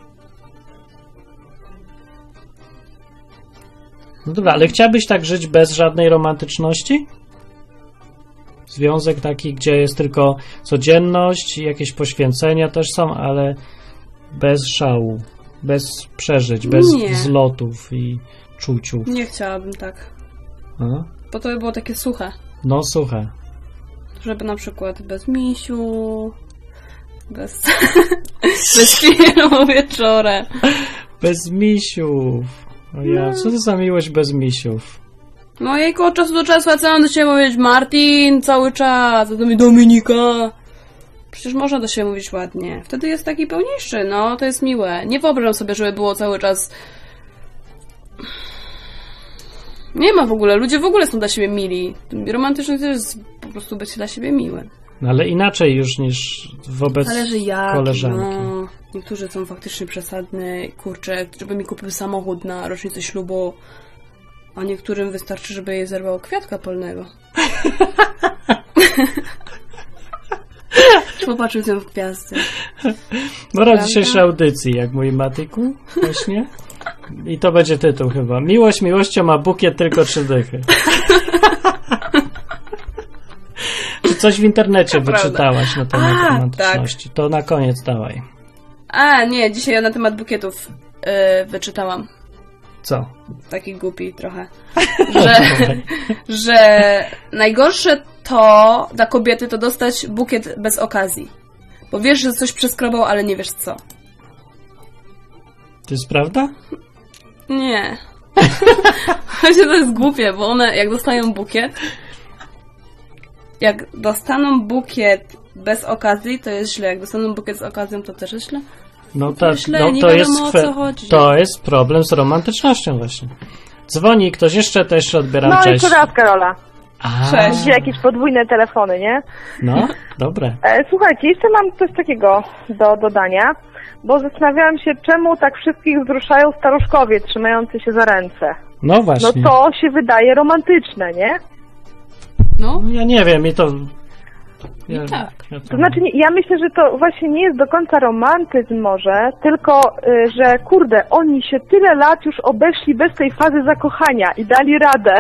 Speaker 3: No dobra, ale chciałabyś tak żyć bez żadnej romantyczności? Związek taki, gdzie jest tylko codzienność, jakieś poświęcenia też są, ale bez szału, bez przeżyć, bez
Speaker 4: Nie.
Speaker 3: wzlotów i czuciów.
Speaker 4: Nie chciałabym tak.
Speaker 3: A?
Speaker 4: Bo to by było takie suche.
Speaker 3: No słuchaj.
Speaker 4: Żeby na przykład bez misiu, bez, bez filmu wieczorem.
Speaker 3: Bez misiów. O ja, co to za miłość bez misiów?
Speaker 4: No jejku, od czasu do czasu ja co mam do siebie mówić Martin cały czas, a to mi Dominika. Przecież można do siebie mówić ładnie. Wtedy jest taki pełniejszy, no to jest miłe. Nie wyobrażam sobie, żeby było cały czas... Nie ma w ogóle, ludzie w ogóle są dla siebie mili. Romantyczność to jest po prostu być dla siebie miłym.
Speaker 3: No ale inaczej już niż wobec
Speaker 4: Zależy jak,
Speaker 3: koleżanki.
Speaker 4: no. Niektórzy są faktycznie przesadni, kurczę, żeby mi kupił samochód na rocznicę ślubu, a niektórym wystarczy, żeby jej zerwał kwiatka polnego. Popatrzył się w gwiazdy.
Speaker 3: Mora
Speaker 4: Prawda?
Speaker 3: dzisiejszej audycji, jak mój Matyku, właśnie. I to będzie tytuł chyba. Miłość miłością, a bukiet tylko trzy dychy. coś w internecie
Speaker 4: To
Speaker 3: wyczytałaś na temat
Speaker 4: A,
Speaker 3: romantyczności. Tak. To na koniec dawaj.
Speaker 4: A, nie, dzisiaj ja na temat bukietów yy, wyczytałam.
Speaker 3: Co?
Speaker 4: Taki głupi trochę. Że, że najgorsze to dla kobiety to dostać bukiet bez okazji. Bo wiesz, że coś przeskrobał, ale nie wiesz co.
Speaker 3: To jest prawda?
Speaker 4: Nie. Właśnie to jest głupie, bo one jak dostają bukiet, jak dostaną bukiet bez okazji, to jest źle. Jak dostaną bukiet z okazją, to też jest źle.
Speaker 3: No tak,
Speaker 4: źle,
Speaker 3: no
Speaker 4: nie
Speaker 3: to jest
Speaker 4: wiadomo, o co chodzi.
Speaker 3: To jest problem z romantycznością właśnie. Dzwoni ktoś jeszcze, to jeszcze odbieram.
Speaker 5: No
Speaker 3: Cześć.
Speaker 5: i raz, Karola.
Speaker 3: A,
Speaker 4: Cześć.
Speaker 5: Gdzie jakieś podwójne telefony, nie?
Speaker 3: No, dobre.
Speaker 5: E, słuchajcie, jeszcze mam coś takiego do dodania, bo zastanawiałam się, czemu tak wszystkich wzruszają staruszkowie trzymający się za ręce.
Speaker 3: No
Speaker 5: No
Speaker 3: właśnie.
Speaker 5: to się wydaje romantyczne, nie?
Speaker 4: No.
Speaker 3: Ja nie wiem, i to... Ja,
Speaker 4: tak.
Speaker 3: ja
Speaker 5: To znaczy, nie- ja myślę, że to właśnie nie jest do końca romantyzm może, tylko, y, że kurde, oni się tyle lat już obeszli bez tej fazy zakochania i dali radę.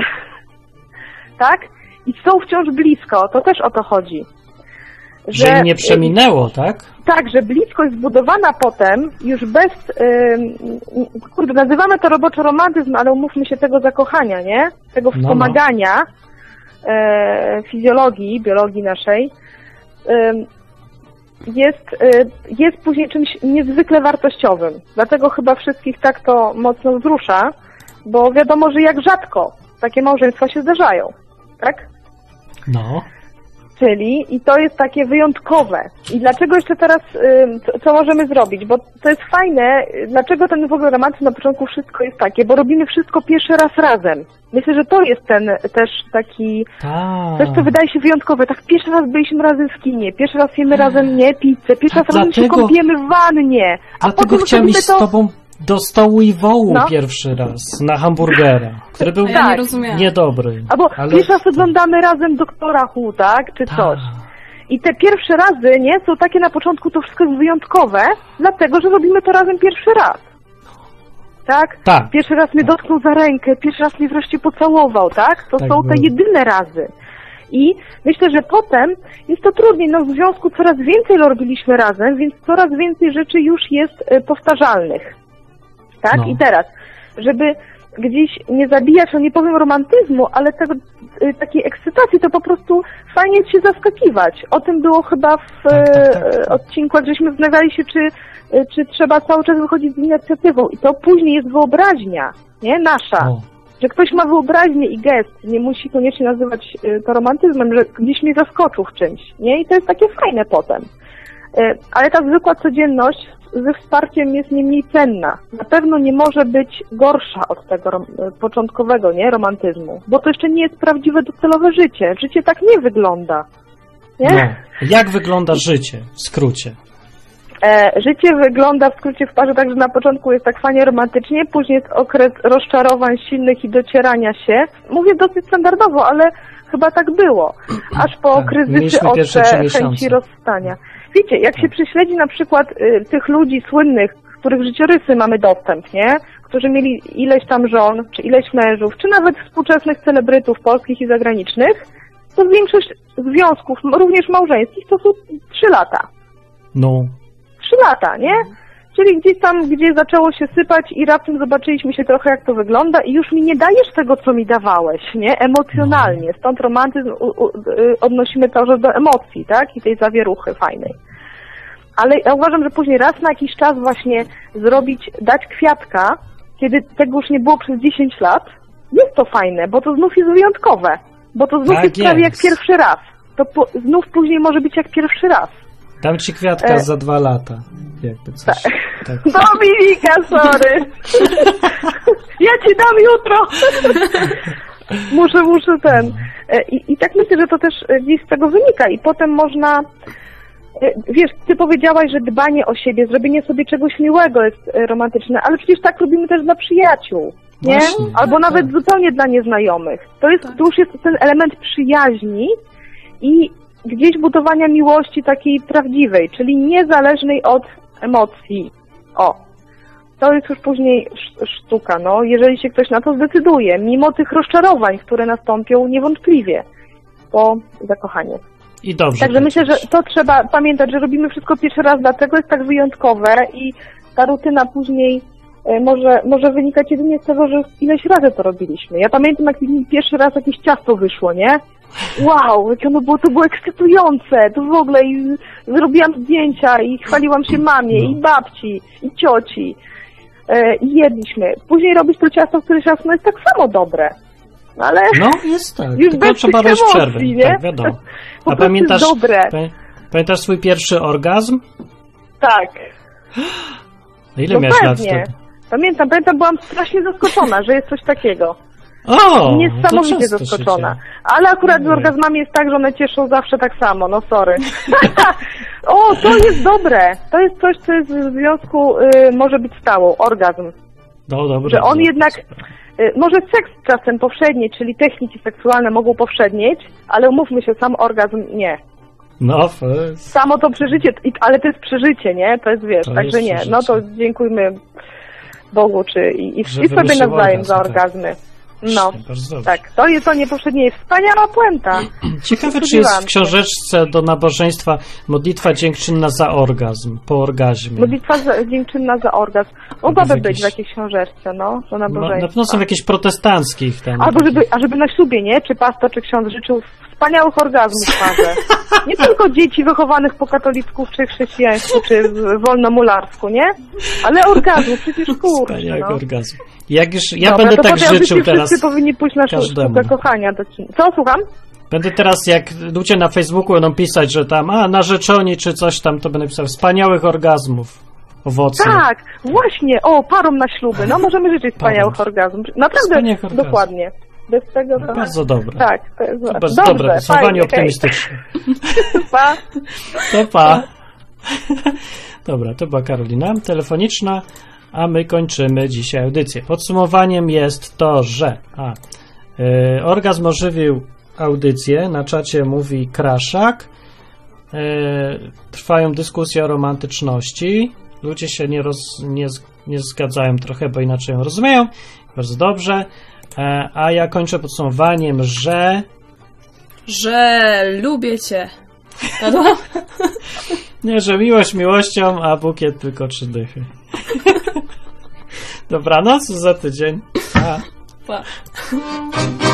Speaker 5: Tak? I są wciąż blisko, to też o to chodzi.
Speaker 3: Że im nie przeminęło, tak?
Speaker 5: Tak, że bliskość zbudowana potem, już bez, yy, kurde, nazywamy to roboczo romantyzm, ale umówmy się tego zakochania, nie? Tego
Speaker 3: No,
Speaker 5: wspomagania yy, fizjologii, biologii naszej, yy, jest, yy, jest później czymś niezwykle wartościowym. Dlatego chyba wszystkich tak to mocno wzrusza, bo wiadomo, że jak rzadko takie małżeństwa się zdarzają, tak?
Speaker 3: No.
Speaker 5: Czyli, i to jest takie wyjątkowe. I dlaczego jeszcze teraz, y, co, co możemy zrobić? Bo to jest fajne, y, dlaczego ten w ogóle romantyzm na początku wszystko jest takie, bo robimy wszystko pierwszy raz razem. Myślę, że to jest ten też taki,
Speaker 3: Tak.
Speaker 5: coś co wydaje się wyjątkowe. Tak pierwszy raz byliśmy razem w kinie, pierwszy raz jemy razem, nie, pizzę, pierwszy
Speaker 3: Tak,
Speaker 5: raz razem się
Speaker 3: dlatego-
Speaker 5: kąpiemy w wannie. A
Speaker 3: Dlatego
Speaker 5: potem
Speaker 3: chciałem
Speaker 5: robimy
Speaker 3: iść z
Speaker 5: to...
Speaker 3: tobą do stołu i wołu
Speaker 5: No.
Speaker 3: pierwszy raz, na hamburgera, który był
Speaker 4: A ja nie
Speaker 5: Tak.
Speaker 4: rozumiałam.
Speaker 3: niedobry.
Speaker 5: Albo
Speaker 3: ale...
Speaker 5: pierwszy raz oglądamy razem Doktora Who, tak? Czy
Speaker 3: Tak.
Speaker 5: coś. I te pierwsze razy, nie, są takie na początku, to wszystko jest wyjątkowe, dlatego, że robimy to razem pierwszy raz. Tak?
Speaker 3: Tak.
Speaker 5: Pierwszy raz mnie dotknął za rękę, pierwszy raz mnie wreszcie pocałował, tak? To
Speaker 3: Tak
Speaker 5: są te
Speaker 3: było.
Speaker 5: jedyne razy. I myślę, że potem jest to trudniej, no w związku coraz więcej robiliśmy razem, więc coraz więcej rzeczy już jest y, powtarzalnych. Tak?
Speaker 3: No.
Speaker 5: I teraz, żeby gdzieś nie zabijać, no nie powiem romantyzmu, ale tego, y, takiej ekscytacji, to po prostu fajnie jest się zaskakiwać. O tym było chyba w
Speaker 3: Tak, tak, tak,
Speaker 5: e,
Speaker 3: tak.
Speaker 5: odcinku, jak żeśmy zastanawiali się, czy, y, czy trzeba cały czas wychodzić z inicjatywą. I to później jest wyobraźnia, nie? Nasza.
Speaker 3: O,
Speaker 5: Że ktoś ma wyobraźnię i gest, nie musi koniecznie nazywać y, to romantyzmem, że gdzieś mnie zaskoczył w czymś, nie? I to jest takie fajne potem. Y, ale ta zwykła codzienność ze wsparciem jest nie mniej cenna. Na pewno nie może być gorsza od tego rom- y, początkowego, nie? Romantyzmu. Bo to jeszcze nie jest prawdziwe docelowe życie. Życie tak nie wygląda. Nie?
Speaker 3: no. Jak wygląda życie, w skrócie?
Speaker 5: E, życie wygląda w skrócie w parze tak, że na początku jest tak fajnie romantycznie, później jest okres rozczarowań silnych i docierania się. Mówię dosyć standardowo, ale chyba tak było. Aż po
Speaker 3: Tak,
Speaker 5: kryzysy
Speaker 3: mieliśmy pierwsze
Speaker 5: ostre,
Speaker 3: trzy
Speaker 5: chęci
Speaker 3: miesiące.
Speaker 5: rozstania. Wiecie, jak się prześledzi na przykład y, tych ludzi słynnych, których życiorysy mamy dostęp, nie? Którzy mieli ileś tam żon, czy ileś mężów, czy nawet współczesnych celebrytów polskich i zagranicznych, to większość związków, m- również małżeńskich, to są trzy lata.
Speaker 3: No.
Speaker 5: Trzy lata, nie? Czyli gdzieś tam, gdzie zaczęło się sypać i raptem zobaczyliśmy się trochę, jak to wygląda i już mi nie dajesz tego, co mi dawałeś, nie? Emocjonalnie. Stąd romantyzm u, u, y, odnosimy cały czas do emocji, tak? I tej zawieruchy fajnej. Ale ja uważam, że później raz na jakiś czas właśnie zrobić, dać kwiatka, kiedy tego już nie było przez dziesięć lat, jest to fajne, bo to znów jest wyjątkowe. Bo to znów
Speaker 3: Tak
Speaker 5: jest prawie jak
Speaker 3: jest.
Speaker 5: pierwszy raz. To po, znów później może być jak pierwszy raz.
Speaker 3: Dam ci kwiatka
Speaker 5: E.
Speaker 3: za dwa lata. Jakby coś. Tak.
Speaker 5: Dominika, sorry. Ja ci dam jutro. Muszę, muszę ten. E, I, I tak myślę, że to też e, gdzieś z tego wynika. I potem można, e, wiesz, ty powiedziałaś, że dbanie o siebie, zrobienie sobie czegoś miłego jest e, romantyczne, ale przecież tak robimy też dla przyjaciół, nie?
Speaker 3: Właśnie,
Speaker 5: Albo nawet
Speaker 3: tak.
Speaker 5: zupełnie dla nieznajomych. To jest, to już jest ten element przyjaźni i gdzieś budowania miłości takiej prawdziwej, czyli niezależnej od emocji. O, to jest już później sz- sztuka, no, jeżeli się ktoś na to zdecyduje, mimo tych rozczarowań, które nastąpią niewątpliwie po zakochaniu.
Speaker 3: I dobrze.
Speaker 5: Także myślę, że to trzeba pamiętać, że robimy wszystko pierwszy raz, dlatego jest tak wyjątkowe i ta rutyna później e, może, może wynikać jedynie z tego, że ileś razy to robiliśmy. Ja pamiętam, jak mi pierwszy raz jakieś ciasto wyszło, nie? Wow, jakie ono było, to było ekscytujące, to w ogóle i zrobiłam zdjęcia i chwaliłam się mamie,
Speaker 3: no.
Speaker 5: i babci, i cioci. E, I jedliśmy. Później robić to ciasto, które raz no jest tak samo dobre. Ale
Speaker 3: no jest tak,
Speaker 5: już
Speaker 3: tylko
Speaker 5: bez
Speaker 3: trzeba robić
Speaker 5: emocji,
Speaker 3: przerwy.
Speaker 5: Nie?
Speaker 3: Tak, wiadomo.
Speaker 5: Po
Speaker 3: A
Speaker 5: prostu
Speaker 3: pamiętasz,
Speaker 5: dobre.
Speaker 3: pa, pamiętasz swój pierwszy orgazm?
Speaker 5: Tak.
Speaker 3: A ile
Speaker 5: No
Speaker 3: miałeś lat
Speaker 5: pewnie.
Speaker 3: wtedy?
Speaker 5: Pamiętam, pamiętam, byłam strasznie zaskoczona, że jest coś takiego.
Speaker 3: O!
Speaker 5: Niesamowicie
Speaker 3: to
Speaker 5: zaskoczona. Ale akurat z orgazmami jest tak, że one cieszą zawsze tak samo, no sorry. O, to jest dobre. To jest coś, co jest w związku, y, może być stałą, orgazm.
Speaker 3: No, dobra,
Speaker 5: że on
Speaker 3: dobra.
Speaker 5: jednak, y, może seks czasem powszednie, czyli techniki seksualne mogą powszednieć, ale umówmy się, sam orgazm nie.
Speaker 3: No, fest.
Speaker 5: Samo to przeżycie, i- ale to jest przeżycie, nie? To jest, wiesz,
Speaker 3: To
Speaker 5: także
Speaker 3: jest
Speaker 5: nie.
Speaker 3: przeżycie.
Speaker 5: No to dziękujmy Bogu, czy i, i,
Speaker 3: Że
Speaker 5: i sobie
Speaker 3: wymyślił
Speaker 5: nawzajem
Speaker 3: orgazm,
Speaker 5: za
Speaker 3: tak.
Speaker 5: orgazmy. No,
Speaker 3: Bardzo dobrze.
Speaker 5: tak. To jest to niepowszednie. Wspaniała puenta.
Speaker 3: Ciekawe, czy jest w książeczce do nabożeństwa modlitwa dziękczynna za orgazm, po orgazmie.
Speaker 5: Modlitwa za, dziękczynna za orgazm. Mogłaby
Speaker 3: Jakieś-
Speaker 5: być w jakiejś książeczce, no, do
Speaker 3: No,
Speaker 5: nabożeństwa.
Speaker 3: na pewno są w jakichś protestanckich tam.
Speaker 5: Albo
Speaker 3: takich.
Speaker 5: żeby, a żeby na ślubie, nie? Czy pastor, czy ksiądz życzył wspaniałych orgazmów w parze. Nie tylko dzieci wychowanych po katolicku, czy chrześcijaństwu, czy w wolnomularsku, nie? Ale orgazmu, przecież kurczę,
Speaker 3: Wspaniały
Speaker 5: no.
Speaker 3: orgazm. Jak już, ja
Speaker 5: Dobra,
Speaker 3: będę
Speaker 5: to
Speaker 3: tak
Speaker 5: potem
Speaker 3: życzył
Speaker 5: wszyscy
Speaker 3: teraz.
Speaker 5: Wszyscy powinni pójść na
Speaker 3: każdemu.
Speaker 5: sztukę kochania. Do kin- Co, słucham?
Speaker 3: Będę teraz, jak ludzie na Facebooku będą pisać, że tam, a narzeczoni czy coś tam, to będę pisał wspaniałych orgazmów. Owocnych.
Speaker 5: Tak, właśnie, o, parom na śluby. No, możemy życzyć wspaniałych
Speaker 3: Parom.
Speaker 5: orgazmów. Naprawdę,
Speaker 3: Wspaniałych orgazmów.
Speaker 5: dokładnie. Bez tego to...
Speaker 3: Bardzo dobre.
Speaker 5: Tak, to jest
Speaker 3: To
Speaker 5: dobrze.
Speaker 3: bardzo dobre, wysuwanie
Speaker 5: fajnie,
Speaker 3: optymistyczne.
Speaker 5: hej. Pa.
Speaker 3: To pa. Dobra, to była Karolina telefoniczna, a my kończymy dzisiaj audycję. Podsumowaniem jest to, że a, y, orgazm ożywił audycję, na czacie mówi Kraszak, y, trwają dyskusje o romantyczności, ludzie się nie, roz, nie, z- nie zgadzają trochę, bo inaczej ją rozumieją, bardzo dobrze, e, a ja kończę podsumowaniem, że
Speaker 4: Że lubię cię. Padło?
Speaker 3: nie, że miłość miłością, a bukiet tylko trzy dychy. Dobranoc, za tydzień. Pa.
Speaker 4: Pa.